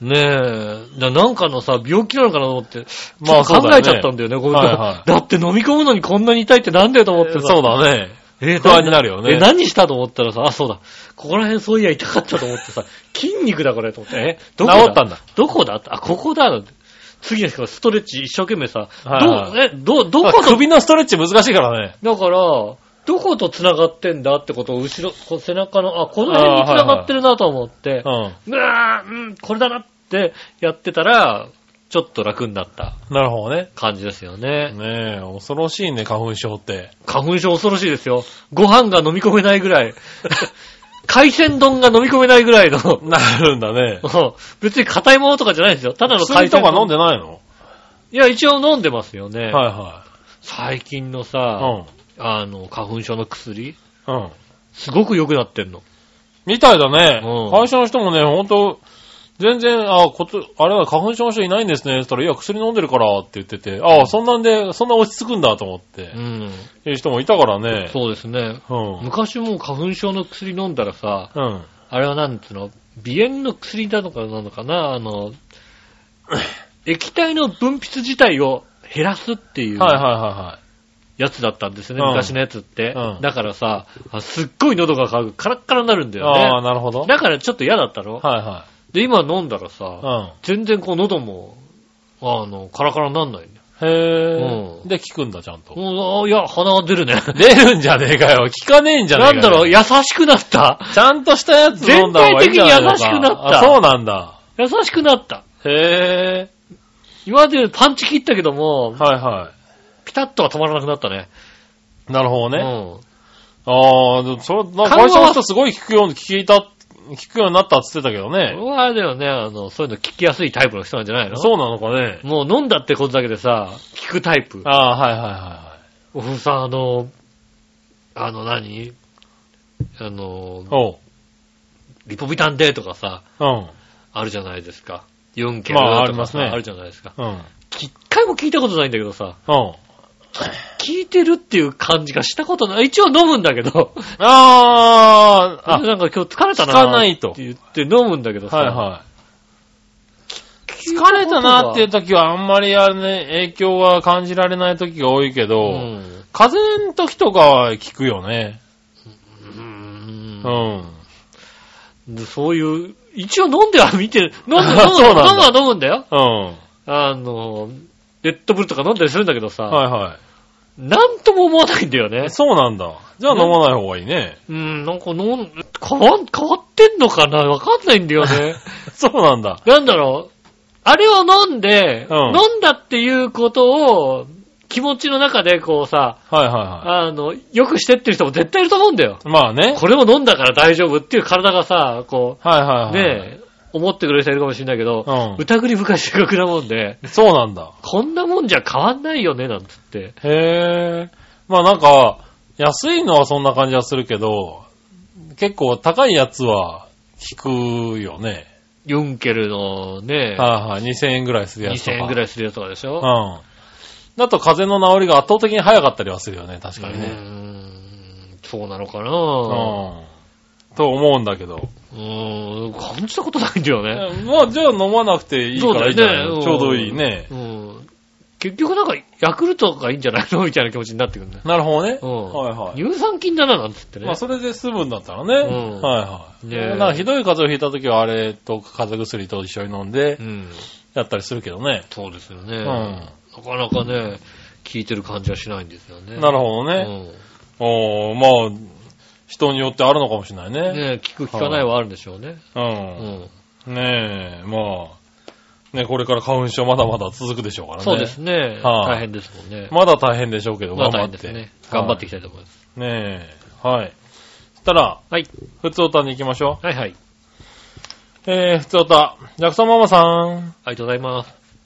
ねえ。だなんかのさ、病気なのかなと思って、まあ考えちゃったんだよね、ごめんなさい。だって飲み込むのにこんなに痛いってなんだよと思ってさ。 そうだね。 えー、 不安になるよね。 え、何したと思ったらさ、あ、そうだ。ここら辺そういや痛かったと思ってさ、筋肉だこれと思って、え、 どこだ治ったんだ。 どこだあ、ここだ。次の日からストレッチ一生懸命さ、はいはい、ど、え、ど、どこと。 首のストレッチ難しいからね。 だから、どこと繋がってんだってことを後ろ、こ背中の、あ、この辺に繋がってるなと思って、はいはい、うわー、うん、これだなってやってたら、ちょっと楽になった。 なるほどね。 感じですよね。 ねえ、恐ろしいね、花粉症って。 花粉症恐ろしいですよ。ご飯が飲み込めないぐらい。海鮮丼が飲み込めないぐらいの。 なるんだね。 別に硬いものとかじゃないですよ。ただの海鮮丼。 薬とか飲んでないの？ いや、一応飲んでますよね。はいはい。 最近のさ、うん、あの、花粉症の薬。 うん。 すごく良くなってんの。 みたいだね。うん。会社の人もね、ほんと、全然、あ、こと、あれは花粉症の人いないんですね。って言ったら、いや、薬飲んでるからって言ってて、ああ、そんなんで、そんな落ち着くんだと思って。うん。いう人もいたからね。 そうですね。うん。昔も花粉症の薬飲んだらさ、うん。あれはなんつうの、鼻炎の薬だとかなのかな、あの、液体の分泌自体を減らすっていう。はいはいはいはい。やつだったんですよね、うん、昔のやつって。うん。だからさ、すっごい喉が渇く、カラッカラになるんだよね。 ああ、なるほど。 だからちょっと嫌だったの。はいはい。で、今飲んだらさ、うん、全然こう喉も、あの、カラカラになんないんだよ。 へぇー。うん。で、効くんだ、ちゃんと。 うん、いや、鼻が出るね。 出るんじゃねえかよ。効かねえんじゃねえかよ。 なんだろう、優しくなった。 ちゃんとしたやつ飲んだ方がいいんじゃないのか。 全体的に優しくなった。 あ、そうなんだ。 優しくなった。 へぇー。 今までパンチ切ったけども、 はいはい。 ピタッとは止まらなくなったね。 なるほどね。うん。ああ、でもそれ、なんか会社の人すごい効くように聞いた。聞くようになったって言ってたけどね。 うわ、あれだよね、あの、そういうの聞きやすいタイプの人なんじゃないの？ そうなのかね。 もう飲んだってことだけでさ、聞くタイプ。 ああ、はいはいはいはい。さ、あの、あの何あの、おうリポビタンデーとかさ、うん。あるじゃないですか。ユンケルとかさ、まあ、ありますね。あるじゃないですか。うん。一回も聞いたことないんだけどさ。うん。聞いてるっていう感じがしたことない。一応飲むんだけど。ああ、なんか今日疲れたな。 聞かないと。 って言って飲むんだけどさ。はいはい。 疲れたなっていう時はあんまりあれね、影響は感じられない時が多いけど、うん、風邪の時とかは聞くよね。うん。 うん。そういう、一応飲んでは見てる。飲んで、飲むは飲むんだよ。うん。あの、レッドブルとか飲んだりするんだけどさ。はいはい。なんとも思わないんだよね。 そうなんだ。じゃあ飲まない方がいいね。 うん、なんか飲ん、変わ、変わってんのかなわかんないんだよね。 そうなんだ。 なんだろう。あれを飲んで、うん、飲んだっていうことを、気持ちの中でこうさ、はいはいはい。あの、よくしてってる人も絶対いると思うんだよ。 まあね。 これを飲んだから大丈夫っていう体がさ、こう、 はいはいはい。 ねえ、思ってくれる人いるかもしれないけど、うん、疑り深い性格なもんで。 そうなんだ。 こんなもんじゃ変わんないよね、なんつって。 へぇー。まあなんか、安いのはそんな感じはするけど、結構高いやつは効くよね。 ユンケルのね、 はいはい、にせんえんぐらいするやつとか。 にせんえんぐらいするやつとかでしょ。 うん。だと風邪の治りが圧倒的に早かったりはするよね、確かにね。うーん、そうなのかなぁ。 うん。と思うんだけど。 うーん、感じたことないんだよね。 まあ、じゃあ飲まなくていいからいいんじゃないの？ちょうどいいね。 うん。結局なんか、ヤクルトがいいんじゃないのみたいな気持ちになってくるんだよ。 なるほどね。 うん。はいはい。乳酸菌だな、なんつってね。 まあ、それで済むんだったらね。うん。はいはい。ね、なんかひどい風邪をひいたときはあれと風邪薬と一緒に飲んで、うん。やったりするけどね。 そうですよね。うん。なかなかね、効いてる感じはしないんですよね。 なるほどね。うん。おー、まあ、人によってあるのかもしれないね。 ねえ、効く効かないはあるんでしょうね。 うん。うん。ねえ、まあ。ね、これから花粉症まだまだ続くでしょうからね。 そうですね。はあ、大変ですもんね。 まだ大変でしょうけど、頑張って。 ね、頑張っていきたいと思います。 はい、ねえ。はい。そしたら、はい。ふつおたに行きましょう。 はいはい。 えー、ふつおた。ジャクソンママさん。 ありがとうございます。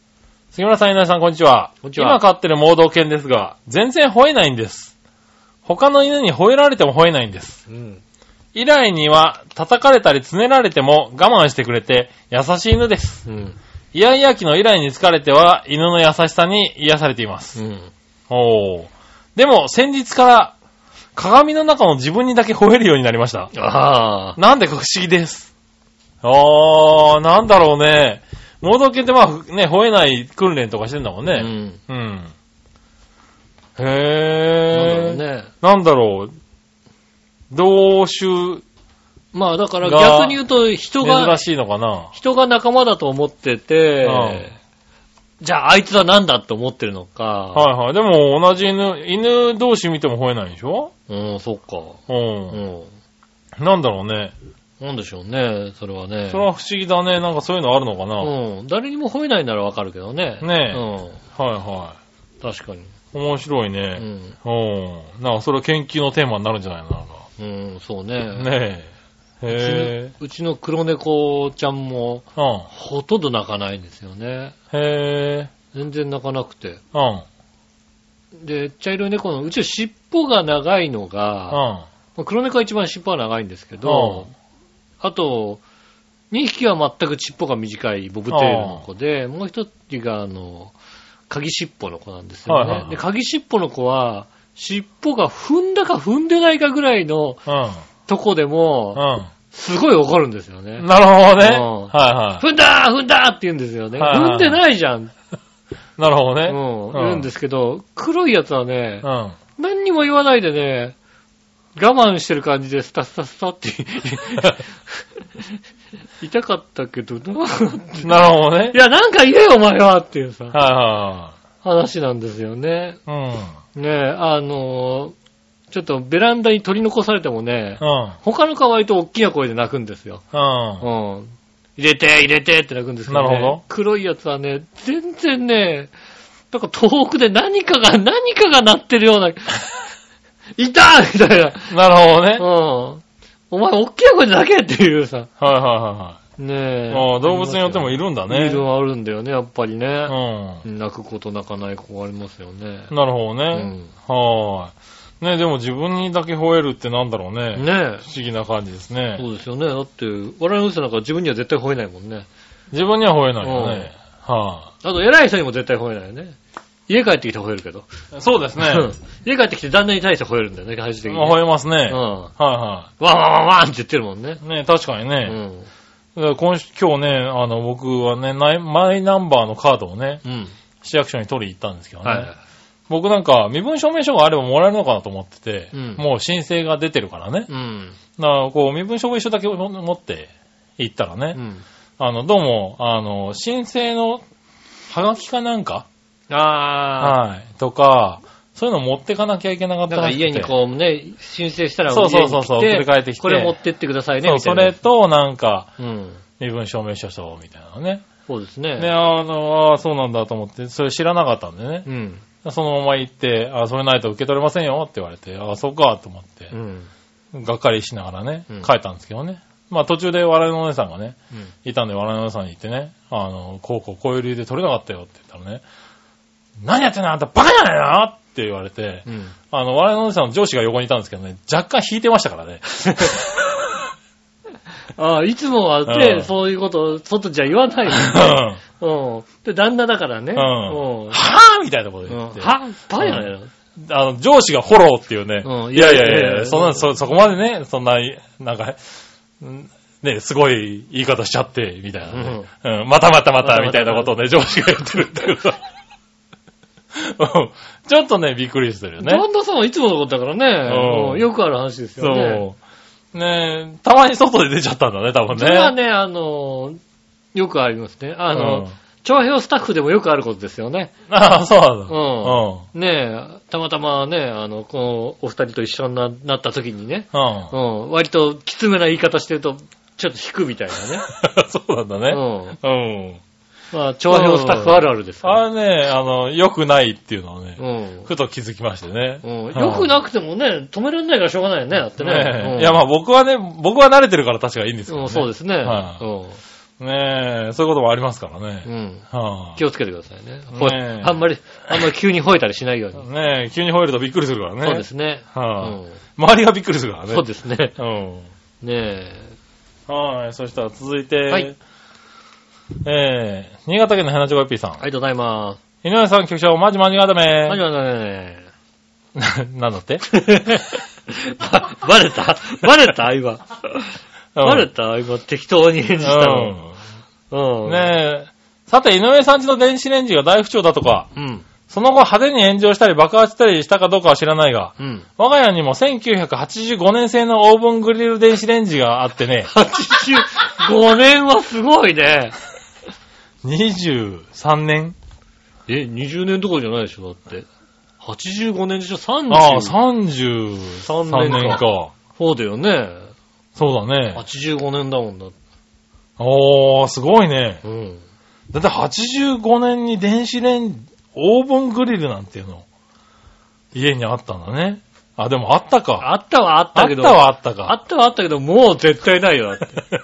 杉村さん、稲井さん、こんにちは。 こんにちは。 今飼ってる盲導犬ですが、全然吠えないんです。他の犬に吠えられても吠えないんです。うん、以来には、叩かれたりつねられても我慢してくれて、優しい犬です。うん、イヤイヤ期の以来に疲れては、犬の優しさに癒されています。うん、おー。でも、先日から、鏡の中の自分にだけ吠えるようになりました。ああ。なんでか不思議です。あー、なんだろうね。盲導犬ってまあね、吠えない訓練とかしてんだもんね。うん。うん。へー。なんだろうね。なんだろう。同種。 まあだから逆に言うと人が、 珍しいのかな。 人が仲間だと思ってて、うん、じゃああいつは何だって思ってるのか。 はいはい。でも同じ犬、犬同士見ても吠えないでしょ？ うん、そっか。 うん。うん。なんだろうね。 なんでしょうね、それはね。 それは不思議だね。なんかそういうのあるのかな。 うん。誰にも吠えないならわかるけどね。 ねえ。うん。はいはい。 確かに。 面白いね。うん。うん。なんかそれは研究のテーマになるんじゃないのなんか。 うん、そうね。 ねえ。へえ。 うちの黒猫ちゃんも、うん。ほとんど泣かないんですよね。 へえ。 全然泣かなくて。うん。で、茶色い猫の、うちの尻尾が長いのが、うん。黒猫が一番尻尾は長いんですけど、うん。あと、にひきは全く尻尾が短いボブテールの子で、もう一つが、あの、鍵尻尾の子なんですよね。はいはいはい、で、鍵尻尾の子は、尻尾が踏んだか踏んでないかぐらいの、うん、とこでも、うん、すごい怒るんですよね。 なるほどね。うん、はいはい。 踏んだー踏んだーって言うんですよね。はいはい、踏んでないじゃん。 なるほどね。 うん。言うんですけど、黒いやつはね、うん、何にも言わないでね、我慢してる感じでスタスタスタって痛かったけど、 なるほどね。 いや、なんか言えよお前はっていうさ、 はいはい、 話なんですよね。うん。ねえ、あのー、ちょっとベランダに取り残されてもね、うん、他の可愛いと大きな声で泣くんですよ。うん。うん。入れて入れてって泣くんですけどね。なるほど。黒いやつはね、全然ね、なんか遠くで何かが、何かが鳴ってるような、いたみたいな。 なるほどね。 うん。お前、おっきな声で泣けっていうさ。 はいはいはい。 ねえ。 ああ、動物によってもいるんだね。 いるあるんだよね、やっぱりね。うん。泣く子と泣かない子がありますよね。 なるほどね。うん、はーい。ねえ、でも自分にだけ吠えるってなんだろうね。ねえ。不思議な感じですね。 そうですよね。だって、我々の人なんか自分には絶対吠えないもんね。 自分には吠えないよね。うん、はあ。あと、偉い人にも絶対吠えないよね。家帰ってきて吠えるけど。 そうですね。 家帰ってきて旦那に対して吠えるんだよね、最終的に、ね。 吠えますね。うん。はいはい。 ワンワンワンワンって言ってるもんね。 ね、確かにね。うん。だから今今日ね、あの、僕はね、マイナンバーのカードをね、うん、市役所に取り行ったんですけどね。はい、僕なんか、身分証明書があればもらえるのかなと思ってて、うん、もう申請が出てるからね。うん。だから、こう、身分証明書だけを持って行ったらね、うん、あの、どうも、あの、申請のハガキかなんかああ。はい。とか、そういうの持ってかなきゃいけなかったらしくて。 家にこうね、申請したらそうそうそうそう、繰り返ってきて。 これ持ってってくださいね、みたいな。 そう、それと、なんか、うん、身分証明書証みたいなのね。 そうですね。 で、あの、あそうなんだと思って、それ知らなかったんでね。うん。そのまま行って、あそれないと受け取れませんよって言われて、あそうかと思って、うん。がっかりしながらね、うん、帰ったんですけどね。まあ途中で笑いのお姉さんがね、うん、いたんで笑いのお姉さんに言ってね、あの、こうこうこういう理由で取れなかったよって言ったらね、何やってんのあんたバカじゃないのって言われて、うん、あの、笑いのお姉さんの上司が横にいたんですけどね、若干引いてましたからね。 ああ、いつもはね、うん、そういうことを外じゃ言わないの、ね。うん。で、旦那だからね。うん。 はぁみたいなこと言って。 うん、はぁバカじゃないの、 あの、上司がフォローっていうね。うん、いやいやいやいや、そんな、そ、そこまでね、そんな、なんか、ね、すごい言い方しちゃって、みたいな、ねうん。うん。またまたまた、みたいなことをね、上司が言ってるんだけど。ちょっとね、びっくりしてるよね。 旦那さんはいつものことだからね。うん、よくある話ですよね。 そう。ねえ、たまに外で出ちゃったんだね、多分ね。 それはね、あの、よくありますね。あの、調和表スタッフでもよくあることですよね。 ああ、そうなんだ。 うん。うん、ねえ、たまたまね、あの、このお二人と一緒になった時にね、うん。うん。割ときつめな言い方してると、ちょっと引くみたいなね。 そうなんだね。うん。うん。 まあ、調和表スタッフあるあるですから、 ね。あれね、あの、良くないっていうのをね、うん、ふと気づきましてね。 うん。良くなくてもね、止められないからしょうがないよね、だってね。 ねうん、いや、まあ僕はね、僕は慣れてるから確かいいんですけどね。 うん、そうですね。はい、うん。 ねえ、そういうこともありますからね。 うん。 はあ、 気をつけてくださいね。ねあんまり、あんまり急に吠えたりしないように。 ねえ、急に吠えるとびっくりするからね。 そうですね。 はあ、うん、周りがびっくりするからね。 そうですね。 うん。 ねえ。 はい、そしたら続いて、 はい。 えー、新潟県の花ちょこ P さん。ありがとうございます。 井上さん局長、マジマジガダメ。 マジマジガダメ。 なんだってば、バレたバレた今。バレた今適当に返事したの。 うん。うん、ねえ。さて、井上さんちの電子レンジが大不調だとか。うん。その後派手に炎上したり爆発したりしたかどうかは知らないが。うん。我が家にもせんきゅうひゃくはちじゅうごねん製のオーブングリル電子レンジがあってね。 はちじゅうごねんはすごいね。 にじゅうさんねんえ、にじゅうねんどころじゃないでしょだって。はちじゅうごねんでしょ ?さんじゅう。 ああ、さんじゅうさんねんか。 そうだよね。 そうだね。 はちじゅうごねんだもんだ。 おー、すごいね。 うん。 だってはちじゅうごねんに電子レンジ、オーブングリルなんていうの、家にあったんだね。あ、でもあったか。 あったはあったけど。 あったはあったか。 あったはあったけど、もう絶対ないよ、だって。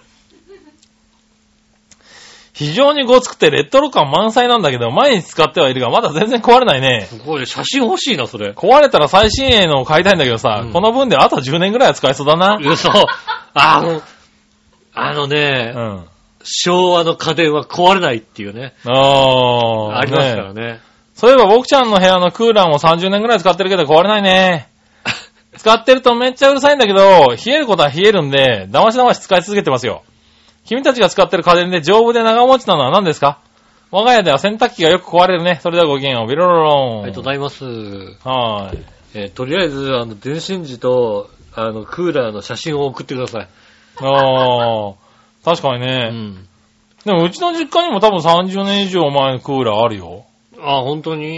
非常にごつくてレトロ感満載なんだけど、毎日使ってはいるが、まだ全然壊れないね。 すごい、写真欲しいな、それ。 壊れたら最新鋭のを買いたいんだけどさ、うん、この分であとじゅうねんぐらいは使えそうだな。 嘘。あの、あのね、うん、昭和の家電は壊れないっていうね。 ああ。 ありますからね。ね、 そういえば僕ちゃんの部屋のクーラーもさんじゅうねんぐらい使ってるけど壊れないね。使ってるとめっちゃうるさいんだけど、冷えることは冷えるんで、だましだまし使い続けてますよ。君たちが使ってる家電で丈夫で長持ちなのは何ですか？我が家では洗濯機がよく壊れるね。それではごきげんよう。ビロロロン。 ありがとうございます。 はい。 えー、とりあえず、あの、電子レンジと、あの、クーラーの写真を送ってください。 ああ、確かにね。うん。でも、うちの実家にも多分さんじゅうねん以上前のクーラーあるよ。 ああ、本当に？ うん。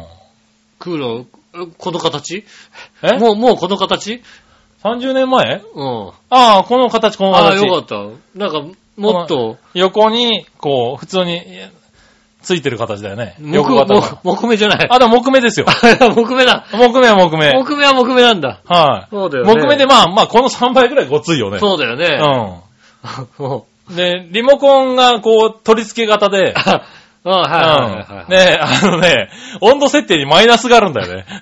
クーラー、この形？え？もう、もうこの形？ さんじゅうねんまえ？ うん。 ああ、この形、この形。 ああ、よかった。なんか、もっと。 横に、こう、普通に、ついてる形だよね。 木、木、木目じゃない。 あ、でも木目ですよ。 木目だ。 木目は木目。 木目は木目なんだ。 はい。 そうだよね。 木目で、まあ、まあ、このさんばいくらいごついよね。 そうだよね。 うん。で、リモコンが、こう、取り付け型で。 ああ、はいはいはい。 ね、あのね、温度設定にマイナスがあるんだよね。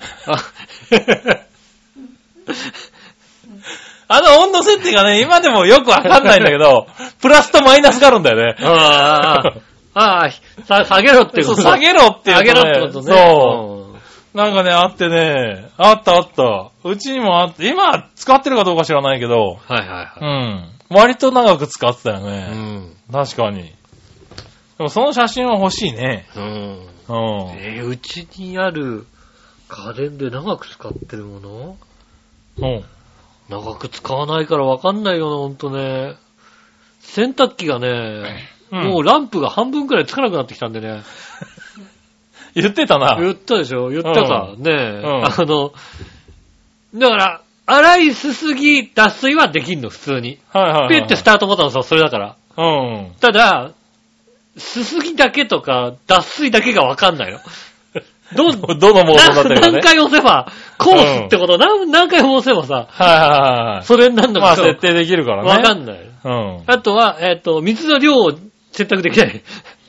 あの温度設定がね、今でもよくわかんないんだけど、プラスとマイナスがあるんだよね。 ああ、ああ、下げろってこと。 そう、下げろっていう、 ね。下げろってことね。 そう。なんかね、あってね、あったあった。うちにもあって、今使ってるかどうか知らないけど、 はいはいはい。 うん。割と長く使ってたよね。 うん。 確かに。でもその写真は欲しいね。 うん。うん。えー、うちにある家電で長く使ってるもの？ うん。 長く使わないからわかんないよな、ほんとね。洗濯機がね、うん、もうランプが半分くらいつかなくなってきたんでね。 言ってたな。 言ったでしょ？言ったか。うん、ねえ、うん。あの、だから、洗いすすぎ、脱水はできんの、普通に。 はいはいはい、はい。 ピュッてスタートボタンさ、それだから。 うん。 ただ、すすぎだけとか、脱水だけがわかんないの。ど、 どのモードだったかね。 何回押せば、コースってこと、うん、何, 何回も押せばさ、 はいはいはい。 それになるのか。 まあ設定できるからね。 わかんない。 うん。 あとは、えっ、ー、と、水の量を選択できない。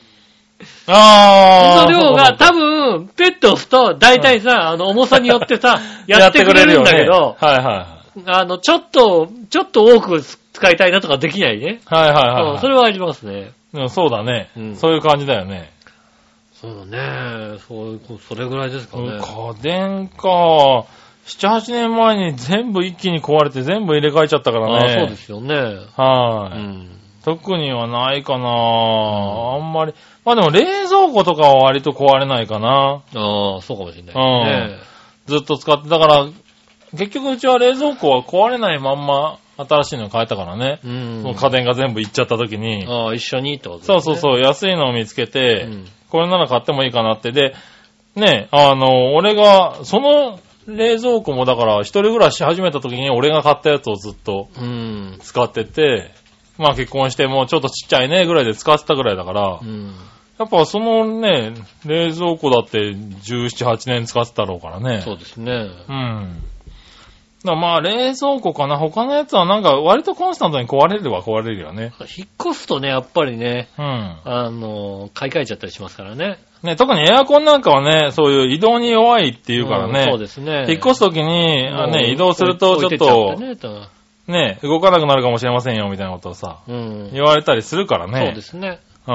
ああ。水の量が多分、ペット押すと、大体さ、うん、あの、重さによってさ、やってくれるんだけど、 ね、はいはい。 あの、ちょっと、ちょっと多く使いたいなとかできないね。 はいはいはい、はい。 それはありますね。 うん、そうだね、うん。そういう感じだよね。 そうね。そう、それぐらいですかね。 家電か。なな、はちねんまえに全部一気に壊れて全部入れ替えちゃったからね。 ああ、そうですよね。 はい、うん。特にはないかな、うん、あんまり。まあでも冷蔵庫とかは割と壊れないかな。 ああ、そうかもしれないね、 うん。ずっと使って、だから、結局うちは冷蔵庫は壊れないまんま新しいの買えたからね。うん。その家電が全部いっちゃった時に。 ああ、一緒にってことですね。そうそうそう、安いのを見つけて、うん、これなら買ってもいいかなって。で、ね、あの、俺が、その冷蔵庫もだから一人暮らし始めた時に俺が買ったやつをずっと使ってて、うん、まあ結婚してもうちょっとちっちゃいねぐらいで使ってたぐらいだから、うん、やっぱそのね、冷蔵庫だってじゅうなな、はちねん使ってたろうからね。 そうですね。 うん。 だまあ、冷蔵庫かな。他のやつはなんか割とコンスタントに壊れれば壊れるよね。 引っ越すとね、やっぱりね、 うん。 あの、買い替えちゃったりしますからね。 ね、特にエアコンなんかはね、そういう移動に弱いっていうからね。 うん、そうですね。 引っ越すときに、ね、移動するとちょっと、ね、動かなくなるかもしれませんよ、みたいなことをさ、うん、言われたりするからね。 そうですね。うん。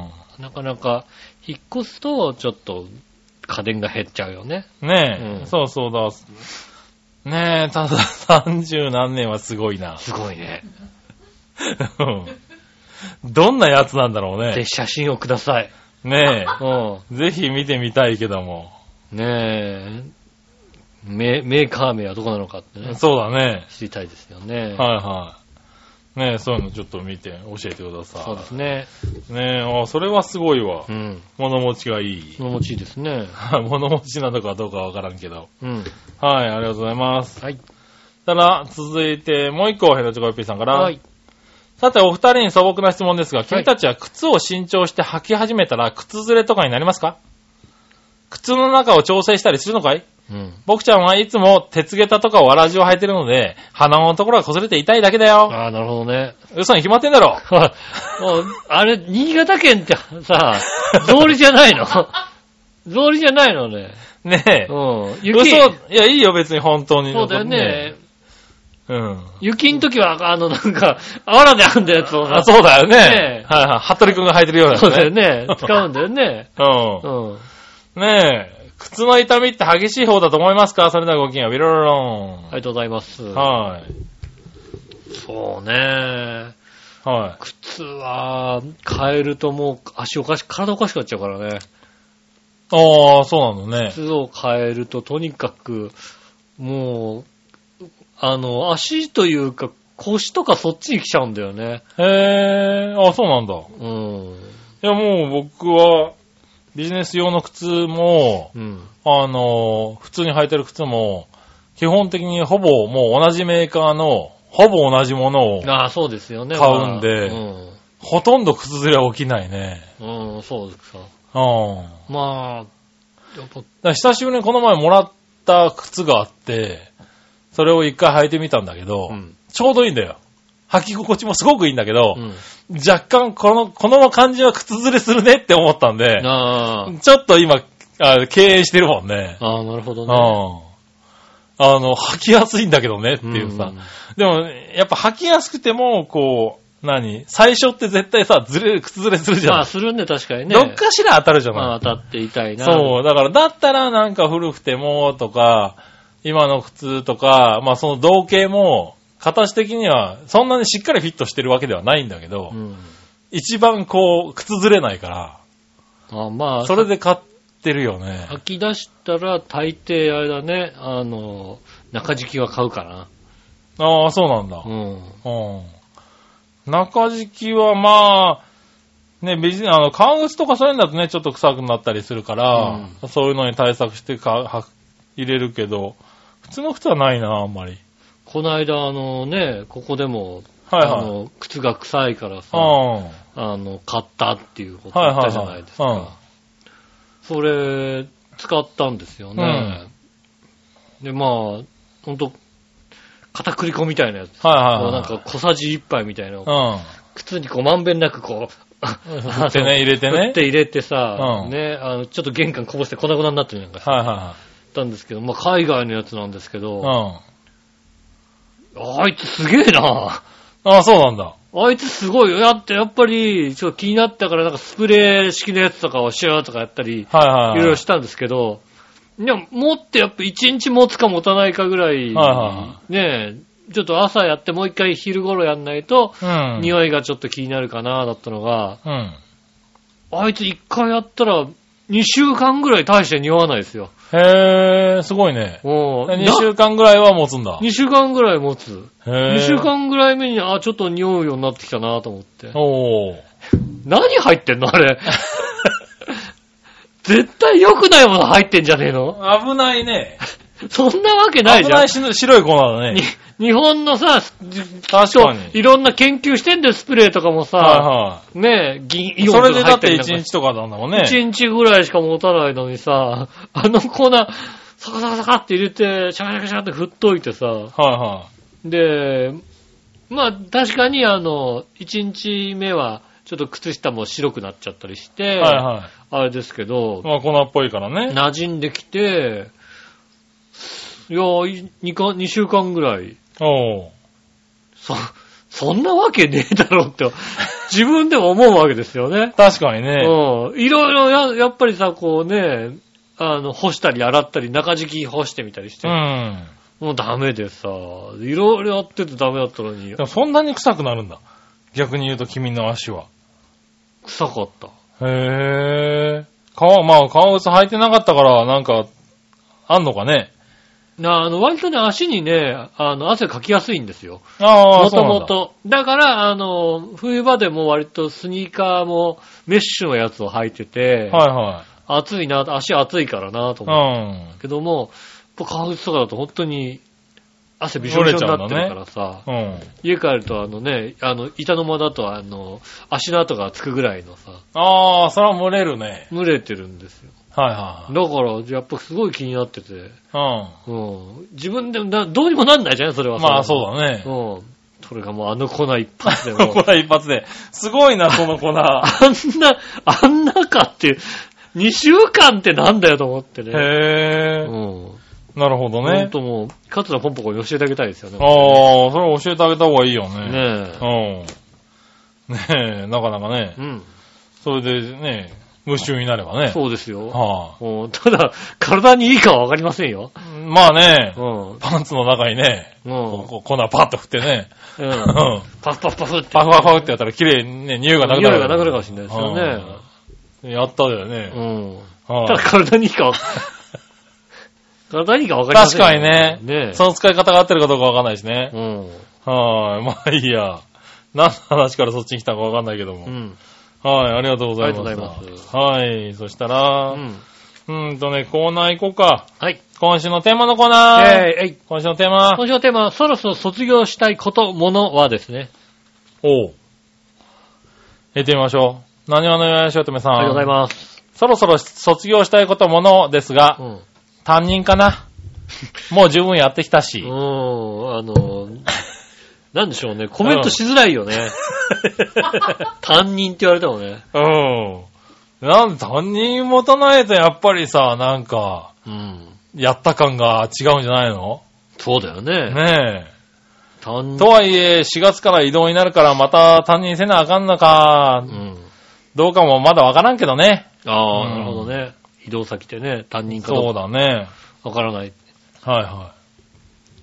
なかなか、引っ越すと、ちょっと、家電が減っちゃうよね。 ねえ、うん、そうそうだ。ねえ、ただ三十何年はすごいな。 すごいね。 どんなやつなんだろうね。 で、写真をください。 ねえ、うん。ぜひ見てみたいけども。 ねえ、メ, メーカー名はどこなのかってね。 そうだね。 知りたいですよね。 はいはい。ねえ、そういうのちょっと見て教えてください。 そうですね。 ねえ、あ、それはすごいわ。うん。物持ちがいい。 物持ちいいですね。 物持ちなのかどうかわからんけど。 うん。 はい、ありがとうございます。 はい。 ただ、続いて、もう一個、ヘナチョコヨッピーさんから。 はい。 さて、お二人に素朴な質問ですが、君たちは靴を新調して履き始めたら、靴ずれとかになりますか？靴の中を調整したりするのかい？うん、僕ちゃんはいつも鉄下駄とかわらじを履いてるので、鼻のところが擦れて痛いだけだよ。 ああ、なるほどね。 嘘に決まってんだろ。 もう、あれ、新潟県ってさ、草履じゃないの？草履じゃないのね。 ねえ。 うん。 雪。嘘、いや、いいよ、別に本当に。 そうだよね。 うん。 雪の時は、あの、なんか、あわらで編んだやつをさ。 あ、そうだよね。ねはいはい。服部くんが履いてるようなやつね。 そうだよね。使うんだよね。 うん。うん。ねえ。靴の痛みって激しい方だと思いますか？それではごきげんよう。ビロロロン。 ありがとうございます。 はい。 そうね。 はい。 靴は、変えるともう足おかし、体おかしくなっちゃうからね。 ああ、そうなんだね。 靴を変えるととにかく、もう、あの、足というか腰とかそっちに来ちゃうんだよね。 へえ、あ、そうなんだ。 うん。 いやもう僕は、ビジネス用の靴も、うん、あの、普通に履いてる靴も、基本的にほぼもう同じメーカーの、ほぼ同じものを、 ああ、そうですよね。 買うんで、まあうん、ほとんど靴ずれは起きないね。 うん、そうですか。 うん。 まあ、 やっぱ久しぶりにこの前もらった靴があって、それを一回履いてみたんだけど、うん、ちょうどいいんだよ。履き心地もすごくいいんだけど、うん、若干この、この感じは靴ずれするねって思ったんで、 あちょっと今、あ経営してるもんね。 ああ、なるほどね。 あの、履きやすいんだけどねっていうさ。うん、でも、やっぱ履きやすくても、こう、何最初って絶対さ、ずれ、靴ずれするじゃん。 ああ、するんで確かにね。 どっかしら当たるじゃない。 ああ、当たって痛いな。 そう、だからだったらなんか古くてもとか、今の靴とか、まあその同型も、形的にはそんなにしっかりフィットしてるわけではないんだけど、うん、一番こう靴ずれないから、 あまあ、 それで買ってるよね。 履き出したら大抵あれだね、あの中敷きは買うかな。 ああ、そうなんだ。 うん。 うん、中敷きはまあね、ビジネスあの革靴とかそういうんだとねちょっと臭くなったりするから、うん、そういうのに対策してかは入れるけど、普通の靴はないなあんまり。 この間、あのね、ここでも、 はいはい、 あの、靴が臭いからさ、あの、買ったっていうこと言ったじゃないですか。はいはいはい、それ、使ったんですよね。うん、で、まあ、ほんと、片栗粉みたいなやつ。 はいはいはい、 なんか小さじ一杯みたいな、 うん、 靴にこうまんべんなくこう、 振ってね、入れてね。 振って入れてさ、 うん、 ね、あの、ちょっと玄関こぼして粉々になってるなんかさ、 はいはいはい、 たんですけど、まあ、海外のやつなんですけど、 うんあいつすげえな。 ああ、そうなんだ。 あいつすごいよ。やって、やっぱり、ちょっと気になったから、なんかスプレー式のやつとかをシューとかやったり、 はいはいはい、 いろいろしたんですけど、いや、持ってやっぱ一日持つか持たないかぐらい、 はいはい、 ねえ、ちょっと朝やってもう一回昼頃やんないと、 うん、 匂いがちょっと気になるかな、だったのが、 うん、 あいつ一回やったら、にしゅうかんぐらい大して匂わないですよ。 へー、すごいね。にしゅうかんぐらいは持つんだ。 にしゅうかんぐらい持つ。 へー。 にしゅうかんぐらい目に、あ、ちょっと匂うようになってきたなと思って。 おー。 何入ってんのあれ。絶対良くないもの入ってんじゃねえの？ 危ないね。 そんなわけないじゃん。 危ない白い粉だね。 日本のさ、 確かに。 いろんな研究してんだよ、スプレーとかもさ。 はいはい、 ねえ、銀イオンとか入ってる。 それでだっていちにちとかなんだもんね。 いちにちぐらいしか持たないのにさ、あの粉、 サカサカサカって入れて、シャカシャカシャカって振っといてさ。はいはい。で、まあ確かにあの、一日目はちょっと靴下も白くなっちゃったりして、はいはい。あれですけど、 まあ粉っぽいからね。 馴染んできて、いや、にか、にしゅうかんぐらい。おう。そ、そんなわけねえだろって、自分でも思うわけですよね。 確かにね。 うん。いろいろや、やっぱりさ、こうね、あの、干したり洗ったり、中敷き干してみたりして。うん。もうダメでさ、いろいろやっててダメだったのに。 でもそんなに臭くなるんだ。逆に言うと君の足は。 臭かった。 へぇー。革、まあ革靴履いてなかったから、なんか、あんのかね。 あの、割とね、足にね、あの、汗かきやすいんですよ。 ああ、 もともと。だから、あの、冬場でも割とスニーカーもメッシュのやつを履いてて、はいはい。暑いな、足暑いからなと思う。うん。けども、革靴とかだと本当に汗びしょびしょになってるからさ、ね、うん、家帰るとあのね、あの、板の間だとあの、足の跡がつくぐらいのさ。 ああ、それは蒸れるね。 蒸れてるんですよ。はいはい。だから、やっぱすごい気になってて。うん。うん。自分でもどうにもなんないじゃん、それは。 まあそうだね。 うん。それがもうあの粉一発でも。粉一発で。すごいな、その粉。 あんな、あんなかって、にしゅうかんってなんだよと思ってね。へぇー。うん。なるほどね。 ほんともう、カツラポンポコに教えてあげたいですよね。 ああ、それ教えてあげた方がいいよね。ねえ。うん。ねえ、なかなかね。うん。それでね、無臭になればね。 そうですよ。はあ、ただ、体にいいかはわかりませんよ。 まあね、うん、パンツの中にね、うん、こ粉パッと振ってね。うん。 パフパフパフって。 パフパフってやったら綺麗にね、匂いがなくなる。 匂いがなくなるかもしれないですよね。 やっただよね。うん。 はあ、ただ体にいいかわかんない。体にいいかわかりませんよ。確かにね。ね、その使い方が合ってるかどうかわかんないですね。うん。はい、まあいいや。何の話からそっちに来たかわかんないけども。うん。はい、ありがとうございます。ありがとうございます。はい、そしたら、うん。うーんとね、コーナー行こうか。はい。今週のテーマのコーナー。えー、今週のテーマ。 今週のテーマ、そろそろ卒業したいこと、ものはですね。 おう。やってみましょう。何話のよやしおとめさん。 ありがとうございます。 そろそろ卒業したいこと、ものですが、うん、担任かな。もう十分やってきたし。うーん、あの、なんでしょうね。コメントしづらいよね。担任って言われてもね。 うん。なんで担任持たないとやっぱりさ、なんか、うん、やった感が違うんじゃないの？ そうだよね。 ねえ。担任。とはいえ、しがつから異動になるからまた担任せなあかんのか、うん、どうかもまだわからんけどね。 ああ、うん、なるほどね。移動先ってね、担任かどうか。 そうだね。 わからない。 はいはい。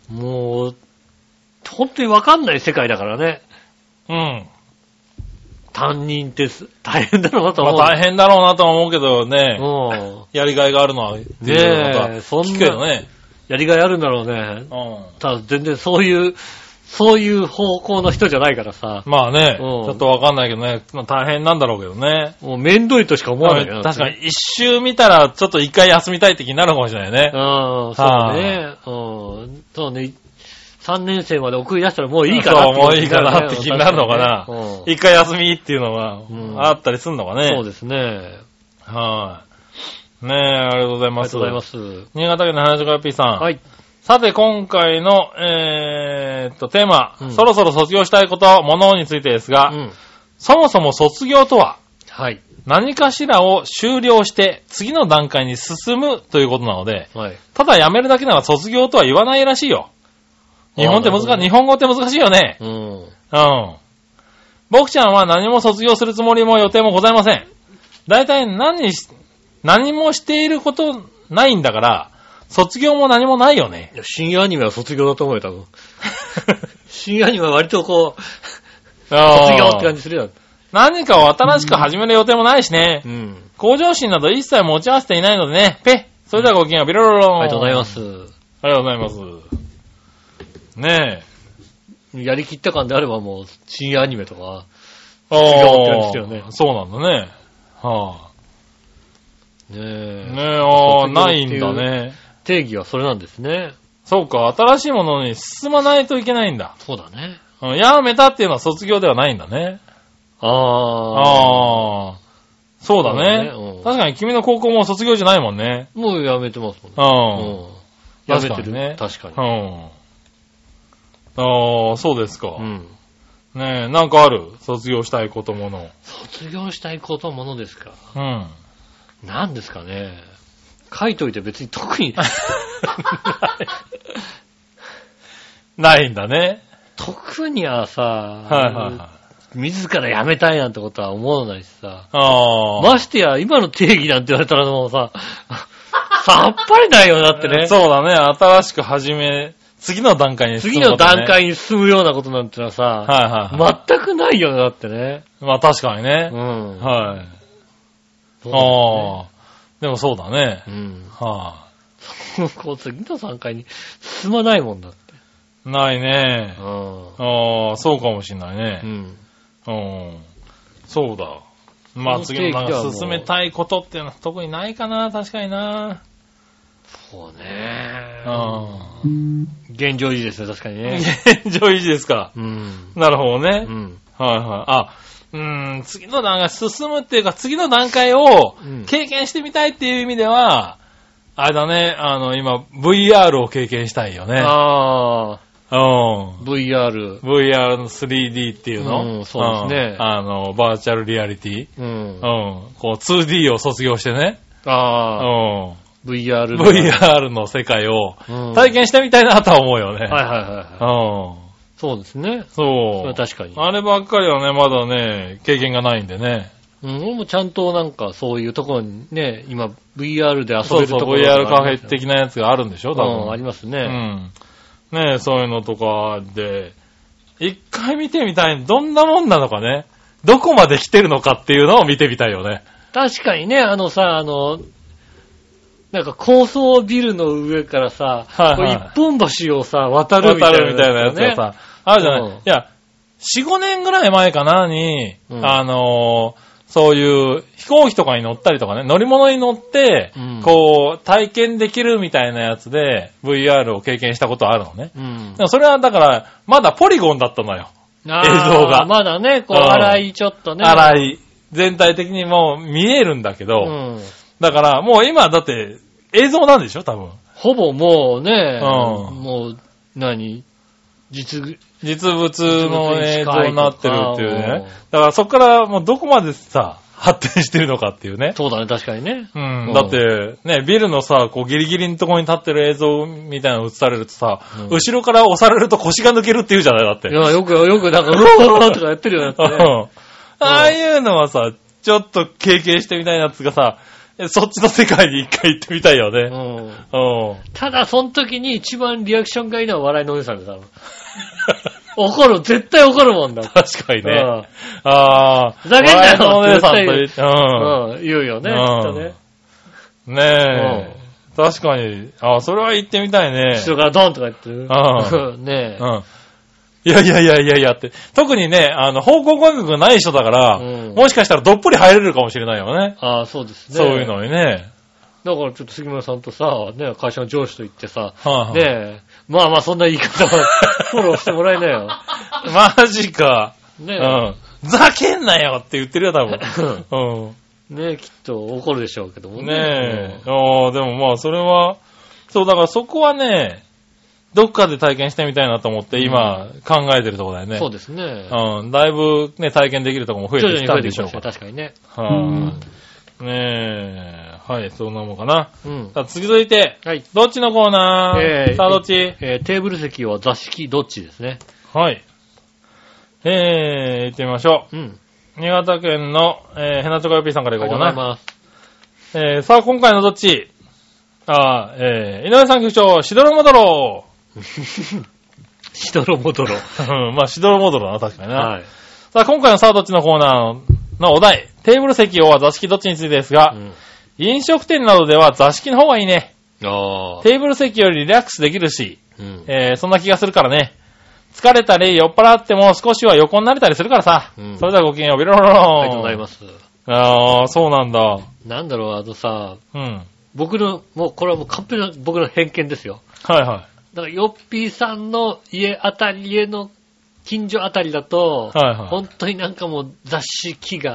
もう、本当にわかんない世界だからね。うん。担任って大変だろうなと思う。 まあ大変だろうなとは思うけどね。うん。やりがいがあるのは、ねえ、そんな。聞くけどね。やりがいあるんだろうね。うん。ただ全然そういう、そういう方向の人じゃないからさ。 まあね。うん。ちょっとわかんないけどね。大変なんだろうけどね。 もう面倒いとしか思わないよね。 確かに一周見たらちょっと一回休みたいって気になるかもしれないね。 うん、そうね。うん。そうね。さんねん生まで送り出したらもういいかなって、 ね。そう、もういいかなって気になるのかな。うん、一回休みっていうのは、うん、あったりするのかね。 そうですね。 はい、あ。ねえ、ありがとうございます。 ありがとうございます。 新潟県の花子 P さん。はい。さて、今回の、えー、っと、テーマ、うん、そろそろ卒業したいこと、ものについてですが、うん、そもそも卒業とは、はい。何かしらを終了して、次の段階に進むということなので、はい。ただ辞めるだけなら卒業とは言わないらしいよ。日本って難しい、ね、日本語って難しいよね。うん。うん。僕ちゃんは何も卒業するつもりも予定もございません。大体何し、何もしていることないんだから、卒業も何もないよね。 いや、新アニメは卒業だと思うよ、多分。新アニメは割とこう、卒業って感じするよ。 何かを新しく始める予定もないしね。うん。向上心など一切持ち合わせていないのでね。ペッ。それではごきげんよう、ビロロロン。 ありがとうございます。 ありがとうございます。ねえ。やりきった感であればもう、新アニメとか、 違うって感じですよね。そうなんだね。はぁ、あ。ねえ。 ねえ、ああ、ないんだね。 定義はそれなんですね。 そうか、新しいものに進まないといけないんだ。 そうだね。 うん、やめたっていうのは卒業ではないんだね。 ああ。 ああ。 そうだね。うん、確かに君の高校も卒業じゃないもんね。 もう辞めてますもんね。うん。辞めてるね。確かに。 うん。ああ、そうですか。うん。ねえ、なんかある？卒業したいこともの。 卒業したいことものですか。 うん。 何ですかね。書いといて別に特に。 ないんだね。 特にはさ、 はいはいはい。 自ら辞めたいなんてことは思わないしさ。 あましてや、今の定義なんて言われたらもうさ、さっぱりないよ、だってね。 そうだね。新しく始め、次の段階に進む、ね。 次の段階に進むようなことなんてのはさ、 はいはいはい、 全くないよね、だってね。 まあ確かにね。 うん。 はい。 ね、 ああ。でもそうだね。 うん。 はあ。こう次の段階に進まないもんだって。 ないね。 うん。 ああ、そうかもしんないね。 うん。 うん。そうだ。まあ次のなんか進めたいことっていうのは特にないかな、確かにな。 そうね。 うん。 現状維持ですね、確かにね。 現状維持ですか。 うん。 なるほどね。 うん。 はいはい。あ、うーん、次の段階進むっていうか、次の段階を経験してみたいっていう意味では、うん、あれだね、あの、今、ブイアール を経験したいよね。 ああ。 うん。 ブイアール。 ブイアール の スリーディー っていうの、 うん、そうですね、 うん。あの、バーチャルリアリティ。 うん。 うん。こう、ツーディー を卒業してね。 ああ。 うん。 ブイアールの。ブイアール の世界を体験してみたいなとは思うよね。 はいはいはい、はい。 うん。 そうですね。 そう。 それ確かに。 あればっかりはね、まだね、経験がないんでね。 うん、俺もちゃんとなんかそういうところにね、今 ブイアール で遊べるところが、ね、そうそう、 ブイアール カフェ的なやつがあるんでしょ多分。 うん、ありますね。 うん。ねえ、そういうのとかで、一回見てみたい。どんなもんなのかね。どこまで来てるのかっていうのを見てみたいよね。 確かにね、あのさ、あの、なんか高層ビルの上からさ、はいはい、一本橋をさ、渡るみたいな、ね、 渡るみたいなやつがさ、あるじゃない。うん、いや、よん、ごねんぐらい前かなに、うん、あのー、そういう飛行機とかに乗ったりとかね、乗り物に乗って、うん、こう、体験できるみたいなやつで ブイアール を経験したことあるのね。うん、でもそれはだから、まだポリゴンだったのよ。映像が。 まだね、こう、荒いちょっとね。 荒い。全体的にもう見えるんだけど、うん、だからもう今だって映像なんでしょ多分。 ほぼもうね、うん、もう、何実、 実物の映像になってるっていうね。だからそこからもうどこまでさ、発展してるのかっていうね。 そうだね、確かにね。 うん。うん、だって、ね、ビルのさ、こうギリギリのところに立ってる映像みたいなの映されるとさ、うん、後ろから押されると腰が抜けるって言うじゃないだって。 いや、よく、よくなんか、うわーとかやってるよね。 うんああいうのはさ、ちょっと経験してみたいなやつがさ、そっちの世界に一回行ってみたいよね。うん。うん。 ただ、その時に一番リアクションがいいのは笑いのお姉さんでさ。怒る、絶対怒るもんだ。 確かにね。うん、ああ。 ふざけんなよのお姉さんと言って、うん。 うん、言うよね、 うん、 きっとね。 ねえ。うん、確かに。ああ、それは言ってみたいね。 後ろからドンとか言ってる。 うん。 ねえ。 うん。いやいやいやいやいやって。特にね、あの、方向感覚がない人だから、うん、もしかしたらどっぷり入れるかもしれないよね。 ああ、そうですね。 そういうのにね。 だからちょっと杉村さんとさ、ね、会社の上司と言ってさ、 はあはあ、 ねえ、まあまあそんな言い方はフォローしてもらえなよ。 マジか。 ねえ。 うん。ざけんなよって言ってるよ、多分。 うん。ねえ、きっと怒るでしょうけどもね。 ねえ。ああ、でもまあそれは、そうだからそこはね、どっかで体験してみたいなと思って今考えてるところだよね。 そうですね。 うん。だいぶね、体験できるところも増えてきたんでしょうか。 確かにね。 はあ、ねえ。はい、そんなもんかな。 うん。 さあ、続いて。はい。どっちのコーナー、えー、さあ、どっち、 えー、テーブル席は座敷どっちですね。 はい。えー、行ってみましょう。 うん。 新潟県の、えー、ヘナチョコヨピーさんからいこうかな。 ありがとうございます。 えー、さあ、今回のどっちあー、えー、井上さん局長、しどろもどろしどろもどろ。 うん、まあ、しどろもどろな、確かにな。 はい。 さあ、今回のさあ、どっちのコーナーのお題、テーブル席は座敷どっちについてですが、うん、飲食店などでは座敷の方がいいね。 あテーブル席よりリラックスできるし、 うん、 えー、そんな気がするからね。疲れたり酔っ払っても少しは横になれたりするからさ。うん、それではごきげんよう、ビロロロロありがとうございます。 ああ、そうなんだ。 なんだろう、あのさ、 うん、 僕の、もうこれはもう完璧な僕の偏見ですよ。 はいはい。 だから、ヨッピーさんの家あたり、家の近所あたりだと、 はいはい、 本当になんかもう雑誌機があって、 、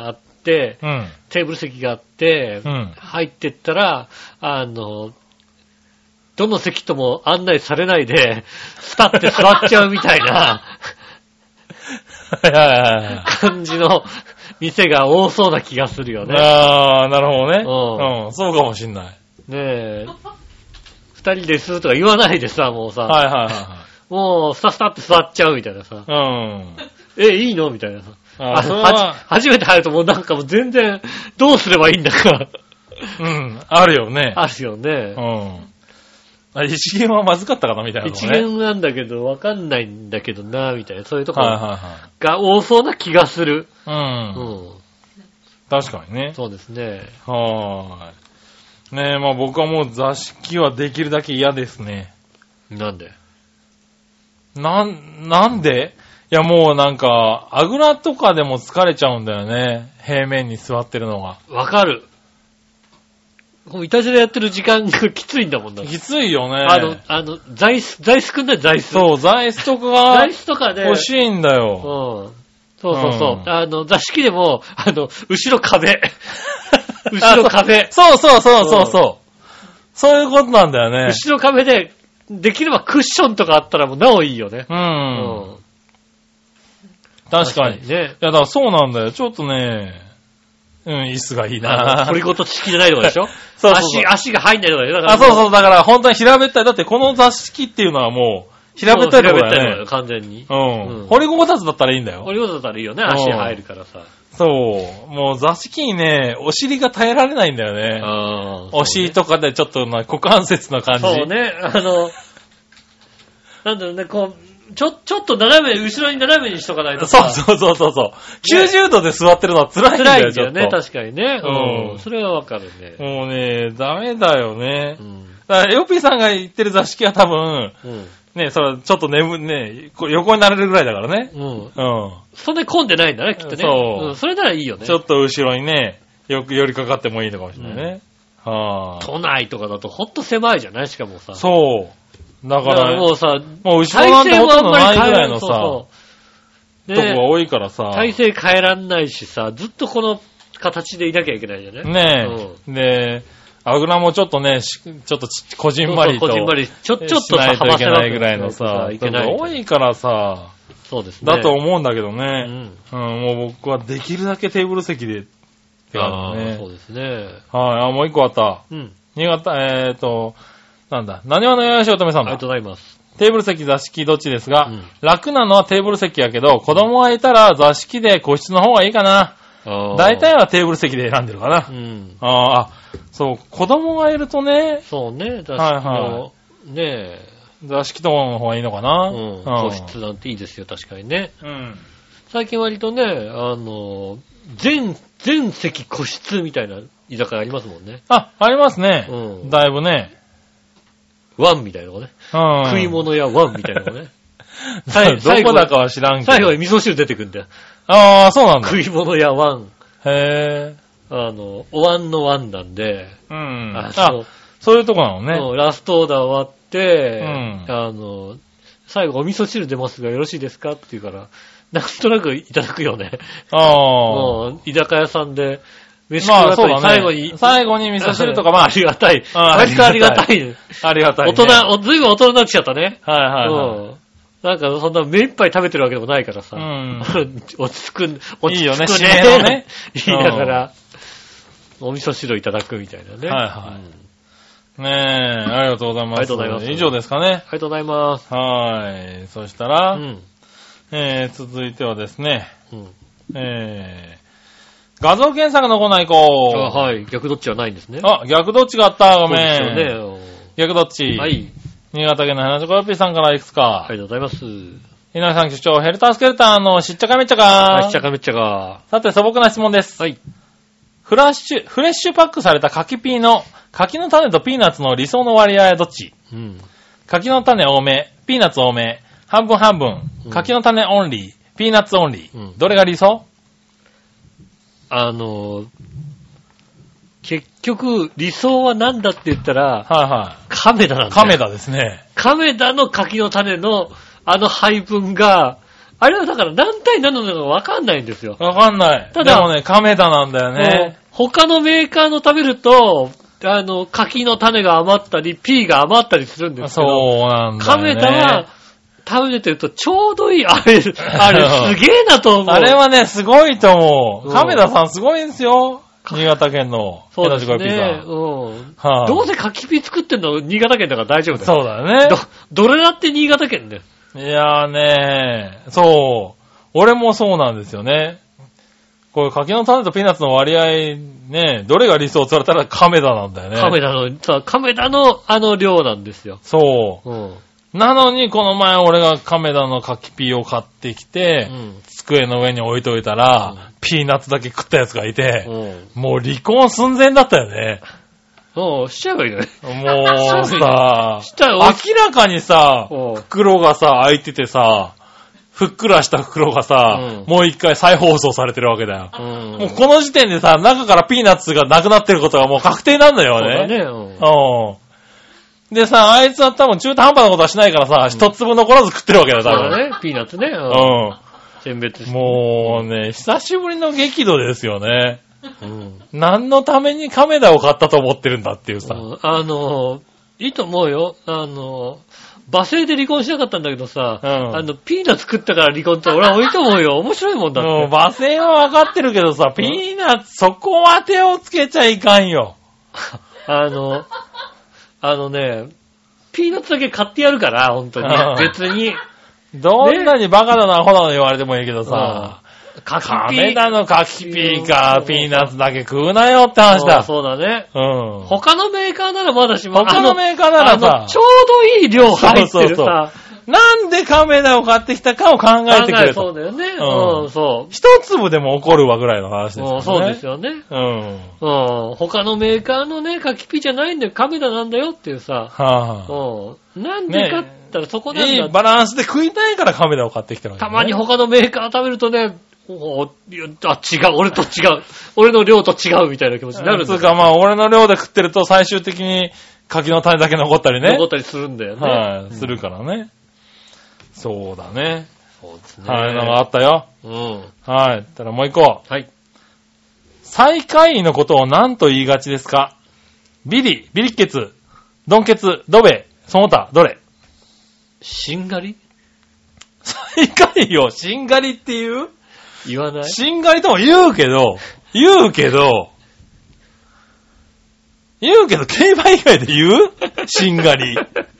うん、テーブル席があって、うん、入ってったら、あの、どの席とも案内されないで、スタって座っちゃうみたいな、感じの店が多そうな気がするよね。 ああ、なるほどね。うん。うん、そうかもしんない。ねえ。二人ですとか言わないでさ、もうさ。 はいはいはい、はい。 もう、スタスタって座っちゃうみたいなさ。うん。え、いいのみたいなさ。ああは初めて入るともうなんかもう全然、どうすればいいんだか。 うん。あるよね。 あるよね。うん。 あ、一元はまずかったかなみたいな、ね。 一元なんだけど、わかんないんだけどな、みたいな。そういうところが多そうな気がする。 うん。うん。確かにね。 そうですね。 はーい。ねえ、まあ僕はもう座敷はできるだけ嫌ですね。 なんでなん、なんでいやもうなんか、あぐらとかでも疲れちゃうんだよね。平面に座ってるのが。 わかる。もういたじらやってる時間がきついんだもんな。 きついよね。 あの、あの、座椅子、座椅子くんだよ、座椅子。 そう、座椅子とかが。 座椅子とかで。 欲しいんだよ。 うん。そうそうそう。うん、あの、座敷でも、あの、後ろ壁。後ろ壁。 そうそうそうそうそう。うん、そういうことなんだよね。 後ろ壁で、できればクッションとかあったらもうなおいいよね。 うん。うん、確かに。確かにね。いや、だからそうなんだよ。ちょっとね、うん、椅子がいいな。 掘りごと式じゃないとかでしょそうそうそう。足、足が入んないとかでしょだから。 あ、そうそう。だから本当に平べったい。だってこの座敷っていうのはもう、平べったいところだよね。平べったいところだよ、 完全に。 うん。うん、掘りごたつだったらいいんだよ。 掘りごたつだったらいいよね。足入るからさ。 そう。もう座敷にね、お尻が耐えられないんだよね。あ、ね、お尻とかでちょっとな股関節な感じ。 そうね。あの、なんだろうね、こう、ちょ、ちょっと斜め、後ろに斜めにしとかないとさ。そうそうそうそう。ね、きゅうじゅうどで座ってるのは辛いんだよ、 辛いんだよね、確かにね。うん。それはわかるね。 もうね、ダメだよね。うん。だから、ヨッピーさんが言ってる座敷は多分、うん、ね、それちょっと眠、ね、横になれるぐらいだからね。うん。うん。 そんなに混んでないんだね、きっとね。そう。うん。それならいいよね。 ちょっと後ろにね、よく寄りかかってもいいのかもしれないね。うん、はあ。都内とかだとほんと狭いじゃないしかもさ。 そう。だから、からもうさ、 もう後ろなんてほとんどないぐらいのさ、そうそう、ね、とこが多いからさ。 体勢変えらんないしさ、ずっとこの形でいなきゃいけないじゃないねえ。うん、で、あぐらもちょっとね、ちょっとこじんまりと。 こじんまり。ちょ、ちょっとしないといけないぐらいのさ、いけない。多いからさ、 そうですね。 だと思うんだけどね。うん。うん、もう僕はできるだけテーブル席でって感じね。 そうですね。 はい、あ、もう一個あった。うん。新潟、えーと、なんだ、何話のよしおとめさんだ。 ありがとうございます。 テーブル席、座敷どっちですが、うん、楽なのはテーブル席やけど、子供がいたら座敷で個室の方がいいかな。大体はテーブル席で選んでるかな。うん、ああ、そう、子供がいるとね。 そうね、座敷の、はいはい、ねえ。 座敷との方がいいのかな。 うん、個室なんていいですよ、確かにね。うん。最近割とね、あの、全、全席個室みたいな居酒屋ありますもんね。 あ、ありますね。うん。だいぶね。 ワンみたいなのがね。うん。食い物やワンみたいなのがね。 どこだかは知らんけど。 最後に味噌汁出てくんだよ。 ああ、そうなんだ。 食い物やワン。 へぇー。あの、お椀のワンなんで。 うん。あ、そう。そういうとこなのね。 そう、ラストオーダー終わって、うん。あの、最後お味噌汁出ますがよろしいですかって言うから、なんとなくいただくよね。ああ。もう、居酒屋さんで、飯食う後に最後に、 最後に味噌汁とか、まあ、 ありがたい。割とありがたい。 ありがたい。 大人、ずいぶん大人になっちゃったね。 はいはいはい。うん。 なんかそんな目いっぱい食べてるわけでもないからさ。うん。落ち着く、落ち着くね。 いいよね、締めのね。 言いながら、お味噌汁いただくみたいなね。 はいはい。ねえ、ありがとうございます。 ありがとうございます。 以上ですかね。ありがとうございます。 はい。そしたら、うん、えー、続いてはですね、うん、えー、画像検索のコーナー行こう。 あ、はい。逆どっちはないんですね。 あ、逆どっちがあった。ごめん。 そうですよね。 逆どっち。 はい。 新潟県の花子よっぴーさんからいくつか。 ありがとうございます。 井上さん局長、ヘルタースケルターのしっちゃかめっちゃか。 はい、しっちゃかめっちゃか。 さて、素朴な質問です。 はい。 フラッシュ、フレッシュパックされた柿ピーの、柿の種とピーナッツの理想の割合はどっち？うん。柿の種多め、ピーナッツ多め、半分半分、うん、柿の種オンリー、ピーナッツオンリー。うん、どれが理想？ あのー、結局、理想は何だって言ったら、 はいはい。 亀田なんだよ。 亀田ですね。 亀田の柿の種の、あの配分が、 あれはだから何対何なのかわかんないんですよ。 わかんない。ただ、でもね、亀田なんだよね。 他のメーカーの食べると、あの、柿の種が余ったり、ピーが余ったりするんですけど。 そうなんだよね。 亀田は、食べてるとちょうどいい。あれ、あれすげえなと思う。 あれはね、すごいと思う。亀田さんすごいんですよ。新潟県の。 そうですね。うん。はあ、どうせ柿ピー作ってんの新潟県だから大丈夫だよ。 そうだよね。 ど、どれだって新潟県だよ。 いやーねー、そう。俺もそうなんですよね。こういう柿の種とピーナッツの割合、ね、どれが理想って言われたら亀田なんだよね。 亀田の、さ、亀田のあの量なんですよ。 そう。うん。なのに、この前俺が亀田の柿ピーを買ってきて、うん、机の上に置いといたら、うん、ピーナッツだけ食ったやつがいて、うん、もう離婚寸前だったよね。 そう、しちゃえばいいよね。 もうさ、明らかにさ、袋がさ、開いててさ、ふっくらした袋がさ、うん、もう一回再放送されてるわけだよ。うん、もうこの時点でさ、中からピーナッツがなくなってることがもう確定なんだよね。 そうだね。 うん。でさ、あいつは多分中途半端なことはしないからさ、一、うん、粒残らず食ってるわけだよ、多分。 そうだね、ピーナッツね。 うん。 選別して。 もうね、久しぶりの激怒ですよね。うん。何のために亀田を買ったと思ってるんだっていうさ。うん、 あの、いいと思うよ。あの、罵声で離婚しなかったんだけどさ、うん、あの、ピーナッツ食ったから離婚って俺はいいと思うよ。面白いもんだって。 うん、罵声は分かってるけどさ、ピーナッツ、そこは手をつけちゃいかんよ。 あの、あのね、ピーナッツだけ買ってやるから、本当に。別に。 どんなにバカだな、アホなの言われてもいいけどさ、亀田の柿ピーか、ピーナッツだけ食うなよって話だ。 そうだね。 うん。 他のメーカーならまだしも。 他のメーカーならさ、 ちょうどいい量入ってるさ。そうそうそう。 なんで亀田を買ってきたかを考えてくれと。 そうだよね。うん、そう。 一粒でも怒るわぐらいの話ですよね。 そうですよね。うん。うん。他のメーカーのね、柿ピーじゃないんだよ、亀田なんだよっていうさ。はぁ。うん。なんでかって言ったらそこなんだ。 いいバランスで食いたいから亀田を買ってきたわけたまに他のメーカー食べるとね、おあ、違う、俺と違う。俺の量と違うみたいな気持ちになるんだよ。 つうかまあ、俺の量で食ってると最終的に柿の種だけ残ったりね。 残ったりするんだよね。 はい、するからね。そうだね。 そうですね。 はい、なんかあったよ。 うん。 はい。たらもう一個。 はい。 最下位のことを何と言いがちですか？ビリ、ビリッケツ、ドンケツ、ドベ、その他、どれ？ しんがり？ 最下位をしんがりって言う？ 言わない？ しんがりとも言うけど、言うけど、言うけど、競馬以外で言う？しんがり。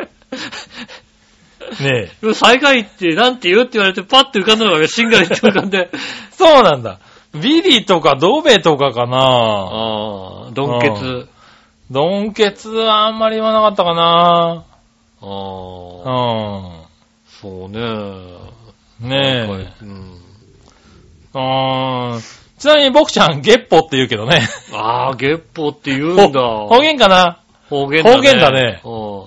ねえ。最下位ってなんて言うって言われてパッて浮かんだのがしんがりって浮かんで。 そうなんだ。ビリとかドベとかかな。 ああ、ドンケツ。 ドンケツはあんまり言わなかったかな。 ああ。うん。そうね。 ねえ。うん。あー。ちなみに僕ちゃん、ゲッポって言うけどね。 ああ、ゲッポって言うんだ。 方言かな。 方言だね。 方言だね。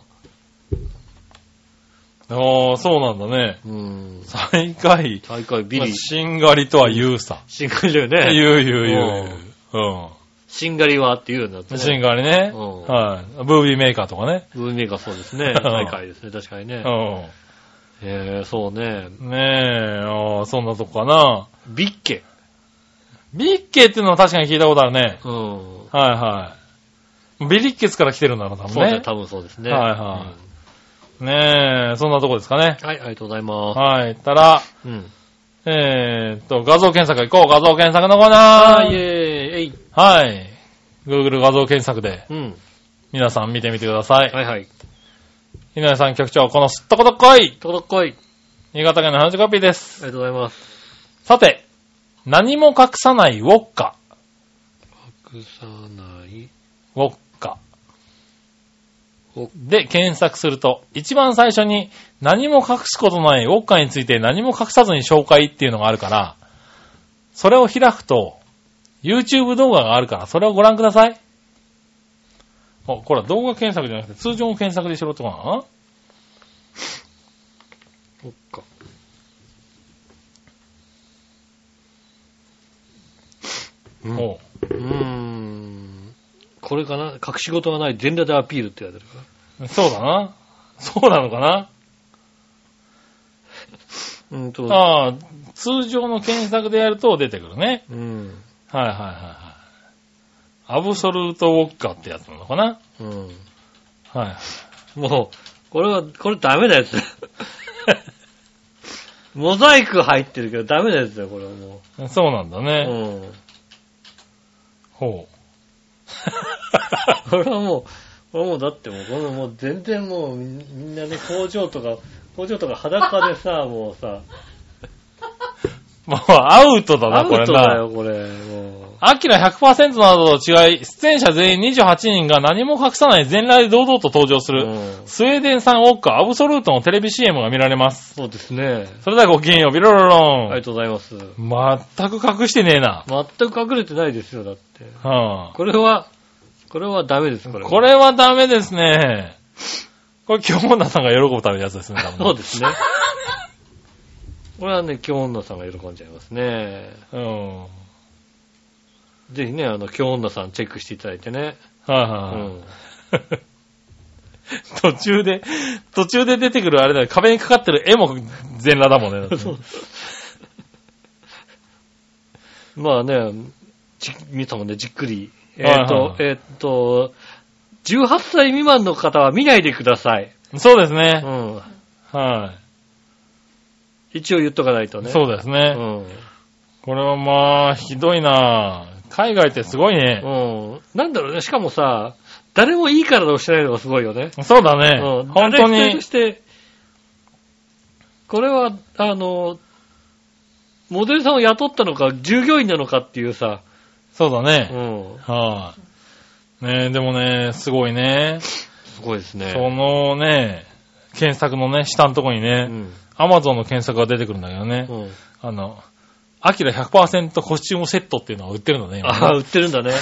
ああ、そうなんだね。うん。最下位。 最下位、ビリ。まあ、 しんがりとは言うさ。 しんがりだよね。 言う言う言う。うん。 しんがりはって言うんだってね。 しんがりね。うん。はい。ブービーメーカーとかね。 ブービーメーカーそうですね。最下位ですね、確かにね。うん。へえ、そうね。 ねえ、ああ、そんなとこかな。 ビッケ。 ビッケっていうのは確かに聞いたことあるね。 うん。 はいはい。ビリッケツから来てるんだろう、多分ね。 そうですね、多分そうですね。 はいはい。うんねえ、そんなとこですかね。 はい、ありがとうございます。 はい、たら、うん、えーっと、画像検索行こう。画像検索のコーナー。 はい、イェーイ。 はい。Google 画像検索で、 うん、 皆さん見てみてください。 はいはい。 井上さん局長、このすっとこどっこい。 とこどっこい。 新潟県の話コピーです。 ありがとうございます。 さて、何も隠さないウォッカ。 隠さないウォッカ。で検索すると、一番最初に何も隠すことないウォッカについて何も隠さずに紹介っていうのがあるから、それを開くと、YouTube 動画があるから、それをご覧ください。お、これは動画検索じゃなくて通常の検索でしろってことかな？ ウォッカ。うん。おう。うーん。これかな？隠し事がない全裸でアピールって言われてるから。 そうだな。そうなのかな。 うんと。 ああ、通常の検索でやると出てくるね。 うん。 はいはいはいはい。アブソルートウォッカってやつなのかな。 うん。 はい。 もう、これは、これダメなやつ。モザイク入ってるけどダメなやつだよ、これはもう。そうなんだね。 うん。 ほう。 これはもう、これはもうだってもう、これもう全然もうみんなね、工場とか、工場とか裸でさ、もうさ。 もうアウトだな、これな。アウトだよ、これ。もう。 アキラ ひゃくパーセント などと違い、出演者全員にじゅうはちにんが何も隠さない全裸で堂々と登場する、うん、スウェーデン産ウォッカアブソルートのテレビ シーエム が見られます。 そうですね。 それではごきげんよう、ビロロロン。 ありがとうございます。 全く隠してねえな。 全く隠れてないですよ、だって。 はあ、 これは、これはダメです、これは。 これはダメですね。これ、京女さんが喜ぶためのやつですね、多分。 そうですね。これはね、京女さんが喜んじゃいますね。うん。ぜひね、あの、京女さんチェックしていただいてね。 はいはい、うん、途中で、途中で出てくるあれだよ、壁にかかってる絵も全裸だもんね。そうまあね、じ、皆さんもね、じっくり。えっと、はいはい、えっと、じゅうはっさい未満の方は見ないでください。 そうですね。 うん。 はい。 一応言っとかないとね。 そうですね。うん。これはまあ、ひどいなぁ。海外ってすごいね。 うん。なんだろうね。しかもさ、誰もいい体をしてないのがすごいよね。 そうだね。うん。本当に。 そして、これは、あの、モデルさんを雇ったのか、従業員なのかっていうさ。 そうだね。 うん。 はい、あ、ねえ、でもね、すごいね。 すごいですね。 そのね、検索のね、下のところにね、うん、アマゾンの検索が出てくるんだけどね。うん、あの、アキラ ひゃくパーセント コスチュームセットっていうのを売ってるのね。今ねああ、売ってるんだね。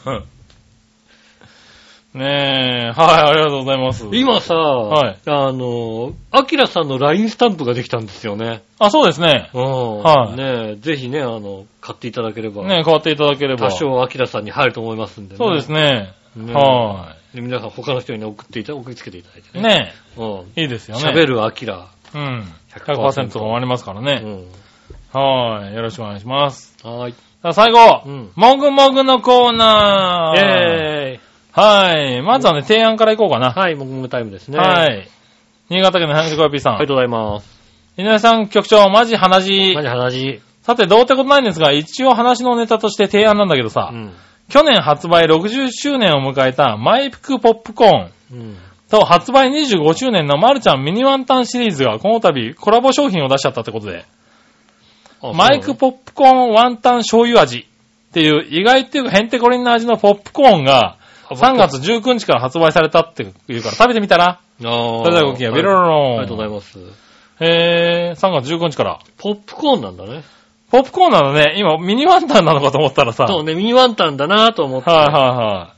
ねえ、はい、ありがとうございます。 今さ、 はい、 あの、アキラさんの ライン スタンプができたんですよね。 あ、そうですね。 うん。はい。ねえ、ぜひね、あの、買っていただければ。 ねえ、買っていただければ。 多少アキラさんに入ると思いますんでね。 そうですね。ねはい。 で皆さん他の人に、ね、送っていた、送りつけていただいてね。ねえ。うん。 いいですよね。 喋るアキラ。 うん。ひゃくパーセント もありますからね。うん。はい。よろしくお願いします。 はい。 さあ、最後。うん。もぐもぐのコーナー。イェーイ。はい。まずはね、提案からいこうかな。 はい、もぐもぐタイムですね。 はい。新潟県の花子よぴーさん。 ありがとうございます。 井上さん、局長、マジ鼻血。 マジ鼻血。 さて、どうってことないんですが、一応話のネタとして提案なんだけどさ、うん、去年発売ろくじゅっしゅうねんを迎えたマイクポップコーン、うん、と発売にじゅうごしゅうねんのマルちゃんミニワンタンシリーズがこの度コラボ商品を出しちゃったってことで、マイクポップコーンワンタン醤油味っていう意外っていうかヘンテコリンな味のポップコーンがさんがつじゅうくにちから発売されたっていうから食べてみたら。それではごきげんよう、ビロロロン。 ありがとうございます。 へー、さんがつじゅうくにちから。 ポップコーンなんだね。 ポップコーンなのね。今、ミニワンタンなのかと思ったらさ。 そうね、ミニワンタンだなと思って。 はいはいはい。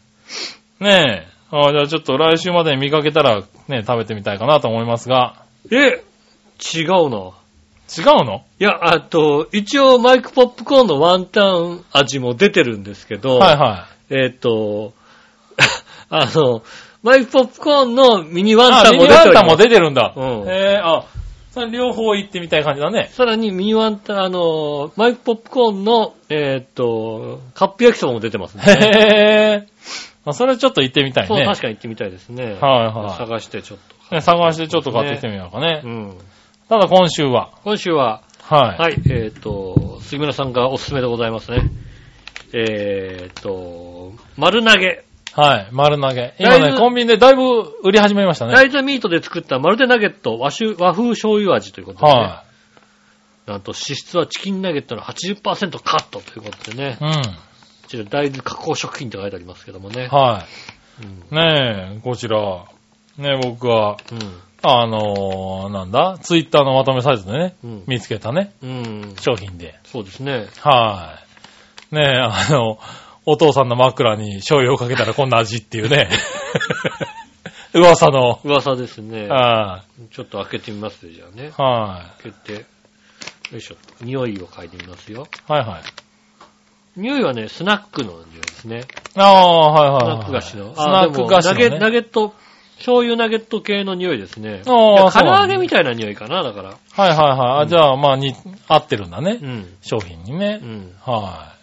ねえ。あじゃあちょっと来週までに見かけたらね、食べてみたいかなと思いますが。 え、違うの違うのいや、あと、一応マイクポップコーンのワンタン味も出てるんですけど。 はいはい。 えっと、あの、マイクポップコーンのミニワンタンも出てる。ミニワンタンも出てるんだ。 うん。 へえ、あ、それ両方行ってみたい感じだね。 さらにミニワンタン、あの、マイクポップコーンの、えー、っと、カップ焼きそばも出てますね。 へぇー。それちょっと行ってみたいね。 そう、確かに行ってみたいですね。 はいはい。 探してちょっと、 ね。探してちょっと買ってきてみようかね。 うん。 ただ今週は。 今週は。 はい。 はい。えー、っと、杉村さんがおすすめでございますね。えー、っと、丸投げ。 はい、丸投げ。今ね、コンビニでだいぶ売り始めましたね。 大豆ミートで作ったマルテナゲット和種和風醤油味ということで、ね。はい。なんと脂質はチキンナゲットの はちじゅっパーセント カットということでね。 うん。こちら大豆加工食品って書いてありますけどもね。 はい。うん、ねえ、こちら、ね僕は、うん、あのー、なんだ、ツイッターのまとめサイズでね、うん、見つけたね、うん、商品で。 そうですね。 はい。ねえ、あの、お父さんの枕に醤油をかけたらこんな味っていうね。噂の。 噂ですね。 はい。 ちょっと開けてみますよ、じゃあね。 はい。 開けて、よいしょ。匂いを嗅いでみますよ。 はいはい。 匂いはね、スナックの匂いですね。 ああ、はいはい、はい。 スナック菓子の。 スナック菓子の、ね。 ナゲ、ナゲット醤油ナゲット系の匂いですね。ああ、唐揚げみたいな匂いかな、だから。 はいはいはい。うん、じゃあ、まあ、に、合ってるんだね。うん。商品にね。うん。はい。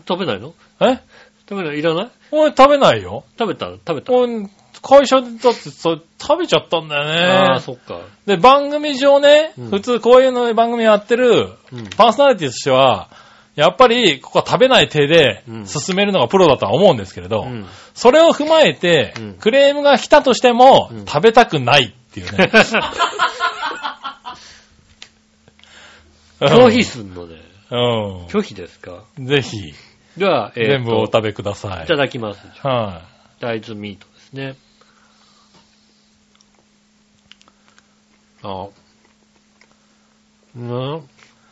食べないの？ え？ 食べない？いらない？ 俺食べないよ。 食べた？食べた？ 俺、会社でだってそれ食べちゃったんだよね。 ああ、そっか。 で、番組上ね、うん、普通こういうの番組やってる、うん、パーソナリティとしては、やっぱり、ここは食べない手で進めるのがプロだとは思うんですけれど、うん、それを踏まえて、うん、クレームが来たとしても、うん、食べたくないっていうね。 拒否すんのね。 うん。 拒否ですか？ ぜひ。 では、 えー、全部お食べください。 いただきます。 はい、 大豆ミートですね。あ。うん。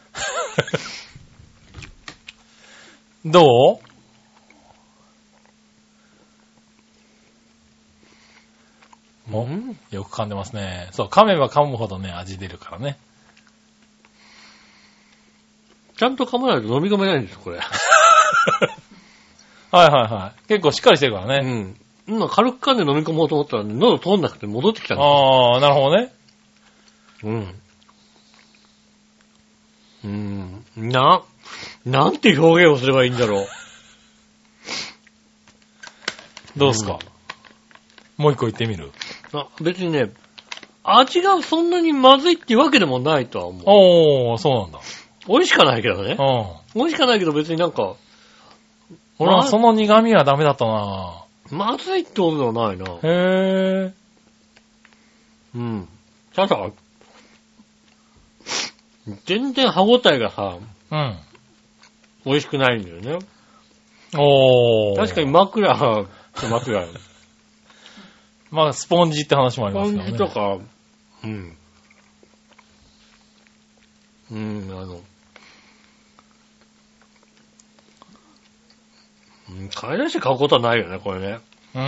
どう？もうよく噛んでますね。そう、噛めば噛むほどね、味出るからね。 ちゃんと噛まないと飲み込めないんですよ、これ。はいはいはい。結構しっかりしてるからね。 うん。今軽く噛んで飲み込もうと思ったら、ね、喉通んなくて戻ってきたんですよ。 ああ、なるほどね。 うん。うーん。な、なんて表現をすればいいんだろう。 どうすか、うん、もう一個言ってみる？ あ、別にね、味がそんなにまずいっていうわけでもないとは思う。 おー、そうなんだ。 美味しかないけどね。 うん。 美味しかないけど別になんか、 俺はその苦味はダメだったな。 まずいってことではないな。 へー。 うん。ただ、全然歯応えがさ、 うん。 美味しくないんだよね。 おー。 確かに枕、枕。 まあ、スポンジって話もありますよね。 スポンジとか、うん。うん、あの、うん、買い出して買うことはないよね、これね。 うん。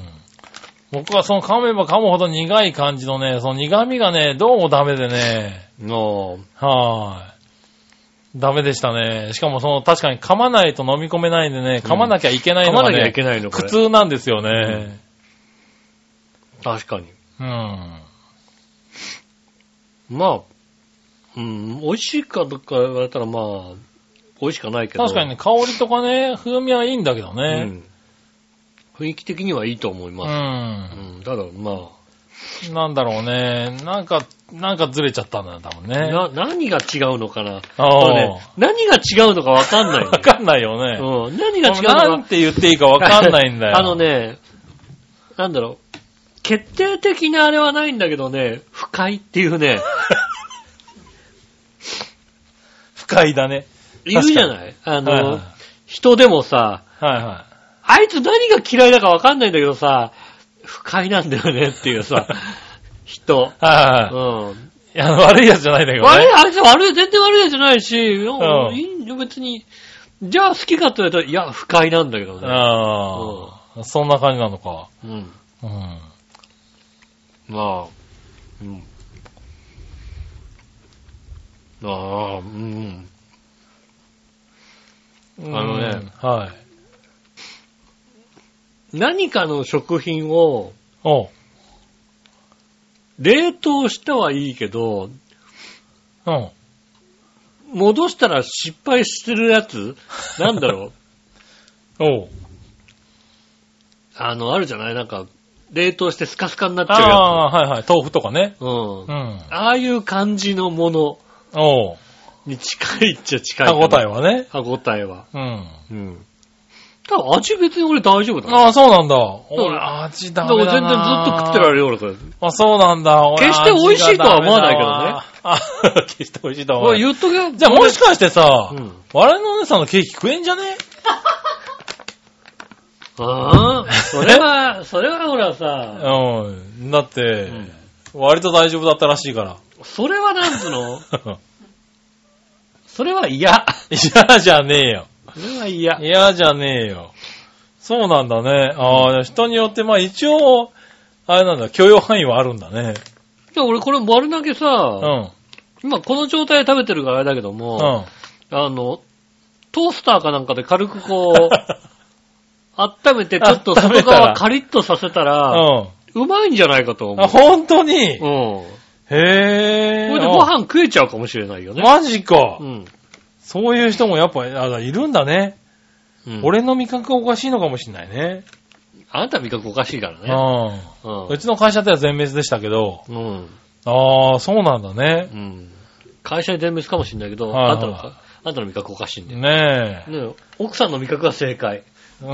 僕はその噛めば噛むほど苦い感じのね、その苦味がね、どうもダメでね。 のはーい。ダメでしたね。しかもその確かに噛まないと飲み込めないんでね、噛まなきゃいけないのがね、 噛まなきゃいけないの苦痛なんですよね。 うん、確かに。 うん。 まあ、うん、美味しいかどうか言われたらまあ、美味しかないけど。 確かにね、香りとかね、風味はいいんだけどね。うん、 雰囲気的にはいいと思います。うん。うん、ただまあ。なんだろうね。なんか、なんかずれちゃったんだよ、多分ね。 な、何が違うのかな。ああ、ね。何が違うのかわかんない、ね。 わかんないよね。 うん。何が違うのか。 なんて言っていいかわかんないんだよ。 あのね、なんだろう。決定的なあれはないんだけどね、不快っていうね。 不快だね。 いるじゃないあの、はいはい、人でもさ、 はいはい、 あいつ何が嫌いだかわかんないんだけどさ、不快なんだよねっていうさ、人。 はいはい、うん。いや、悪いやつじゃないんだけどね。 悪い、あいつ悪い、全然悪いやつじゃないし、うん、いいんよ、別に。じゃあ好きかって言われたら、いや、不快なんだけどね。 ああ、うん、そんな感じなのか。 うん。うん。まあ、うん。ああ、うん。あのね、 はい。 何かの食品を、 お冷凍したはいいけど、 うん。 戻したら失敗してるやつなんだろうおう。 あの、あるじゃないなんか、冷凍してスカスカになっちゃうやつ。 ああ、はいはい。豆腐とかね。 うん。うん。ああいう感じのもの。 おう。 に近いっちゃ近い。 歯応えはね。 歯応えは。 うん。 うん。ただ味別に俺大丈夫だ、ね。 ああ、そうなんだ。俺味ダメだな。 全然ずっと食ってられるよ、俺これ。 あ、そうなんだ。 決して美味しいとは思わないけどね。 あ、決して美味しいとは思わない。 言っとけ。 じゃあもしかしてさ、うん、我のお姉さんのケーキ食えんじゃねああ、それは、それはほらさ。 うん。だって、うん、割と大丈夫だったらしいから。 それはなんつうのそれは嫌。 嫌じゃねえよ。 それは嫌。 嫌じゃねえよ。そうなんだね。ああ、人によって、まあ一応、あれなんだ、許容範囲はあるんだね。 じゃあ俺これ丸投げさ、 うん。 今この状態で食べてるからあれだけども、うん。あの、トースターかなんかで軽くこう、温めてちょっと外側カリッとさせたら、うん。 うまいんじゃないかと思う。 あ、本当に？ うん。 へぇー。 これでご飯食えちゃうかもしれないよね。 マジか。 うん。そういう人もやっぱ、あ、いるんだね。うん、俺の味覚がおかしいのかもしれないね。 あなた味覚おかしいからね。 うん。うちの会社では全滅でしたけど。 うん。 ああ、そうなんだね。 うん。会社で全滅かもしれないけど、はいはい、あんたの、あんたの味覚おかしいんだよ。 ねえ。 ねえ。奥さんの味覚が正解。 うん。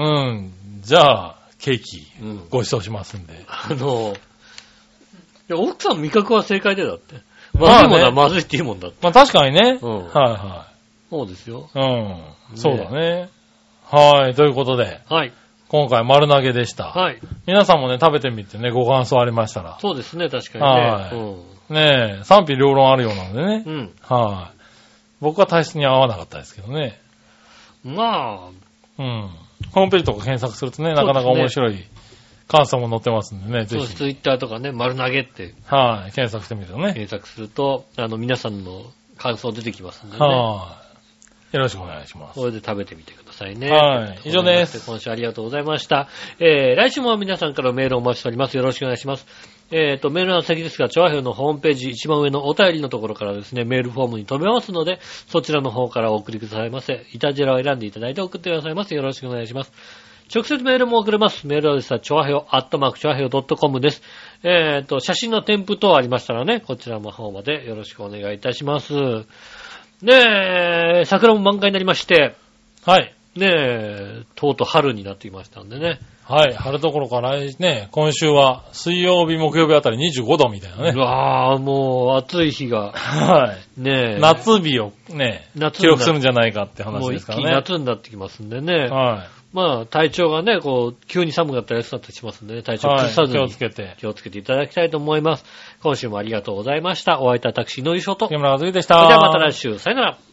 じゃあ、ケーキ、うん、ご馳走しますんで。 あの、いや、奥さんの味覚は正解でだって。まずいものはまずいっていいもんだって。 まあ確かにね。 うん。 はいはい。 そうですよ。 うん。ね、そうだね。はい。ということで。 はい。 今回丸投げでした。 はい。 皆さんもね、食べてみてね、ご感想ありましたら。 そうですね、確かにね。はい。 うん、ねえ、賛否両論あるようなのでね。 うん。 はい。僕は体質に合わなかったですけどね。 まあ。 うん。ホームページとか検索するとね、なかなか面白い感想も載ってますんでね、ぜひ。 そう、ツイッターとかね、丸投げって。 はい。検索してみるとね。 検索すると、あの、皆さんの感想出てきますんでね。 はい。よろしくお願いします。 それで食べてみてくださいね。 はい。以上です。 今週ありがとうございました。えー、来週も皆さんからメールをお待ちしております。よろしくお願いします。えーと、メールの先ですが、チョアヘヨのホームページ一番上のお便りのところからですね、メールフォームに飛べますので、そちらの方からお送りくださいませ。イタジェラを選んでいただいて送ってくださいませ。よろしくお願いします。直接メールも送れます。メールアドレスは、チョアヘヨ、アットマーク、チョアヘヨドットコムです。えーと、写真の添付等ありましたらね、こちらの方までよろしくお願いいたします。ねえ、桜も満開になりまして。 はい。 ねえ、とうとう春になってきましたんでね。 はい。春どころからね、今週は水曜日、木曜日あたりにじゅうごどみたいなね。 うわぁ、もう暑い日が。 はい。 ねえ。 夏日をね、記録するんじゃないかって話ですからね。 もう一気に夏になってきますんでね。 はい。 まあ、体調がね、こう、急に寒くなったり安くなったりしますんでね、体調崩さずに、 はい、気をつけて。 気をつけていただきたいと思います。今週もありがとうございました。お会いいたいタクシーの優勝と。 木村和之でした。 それではまた来週。さよなら。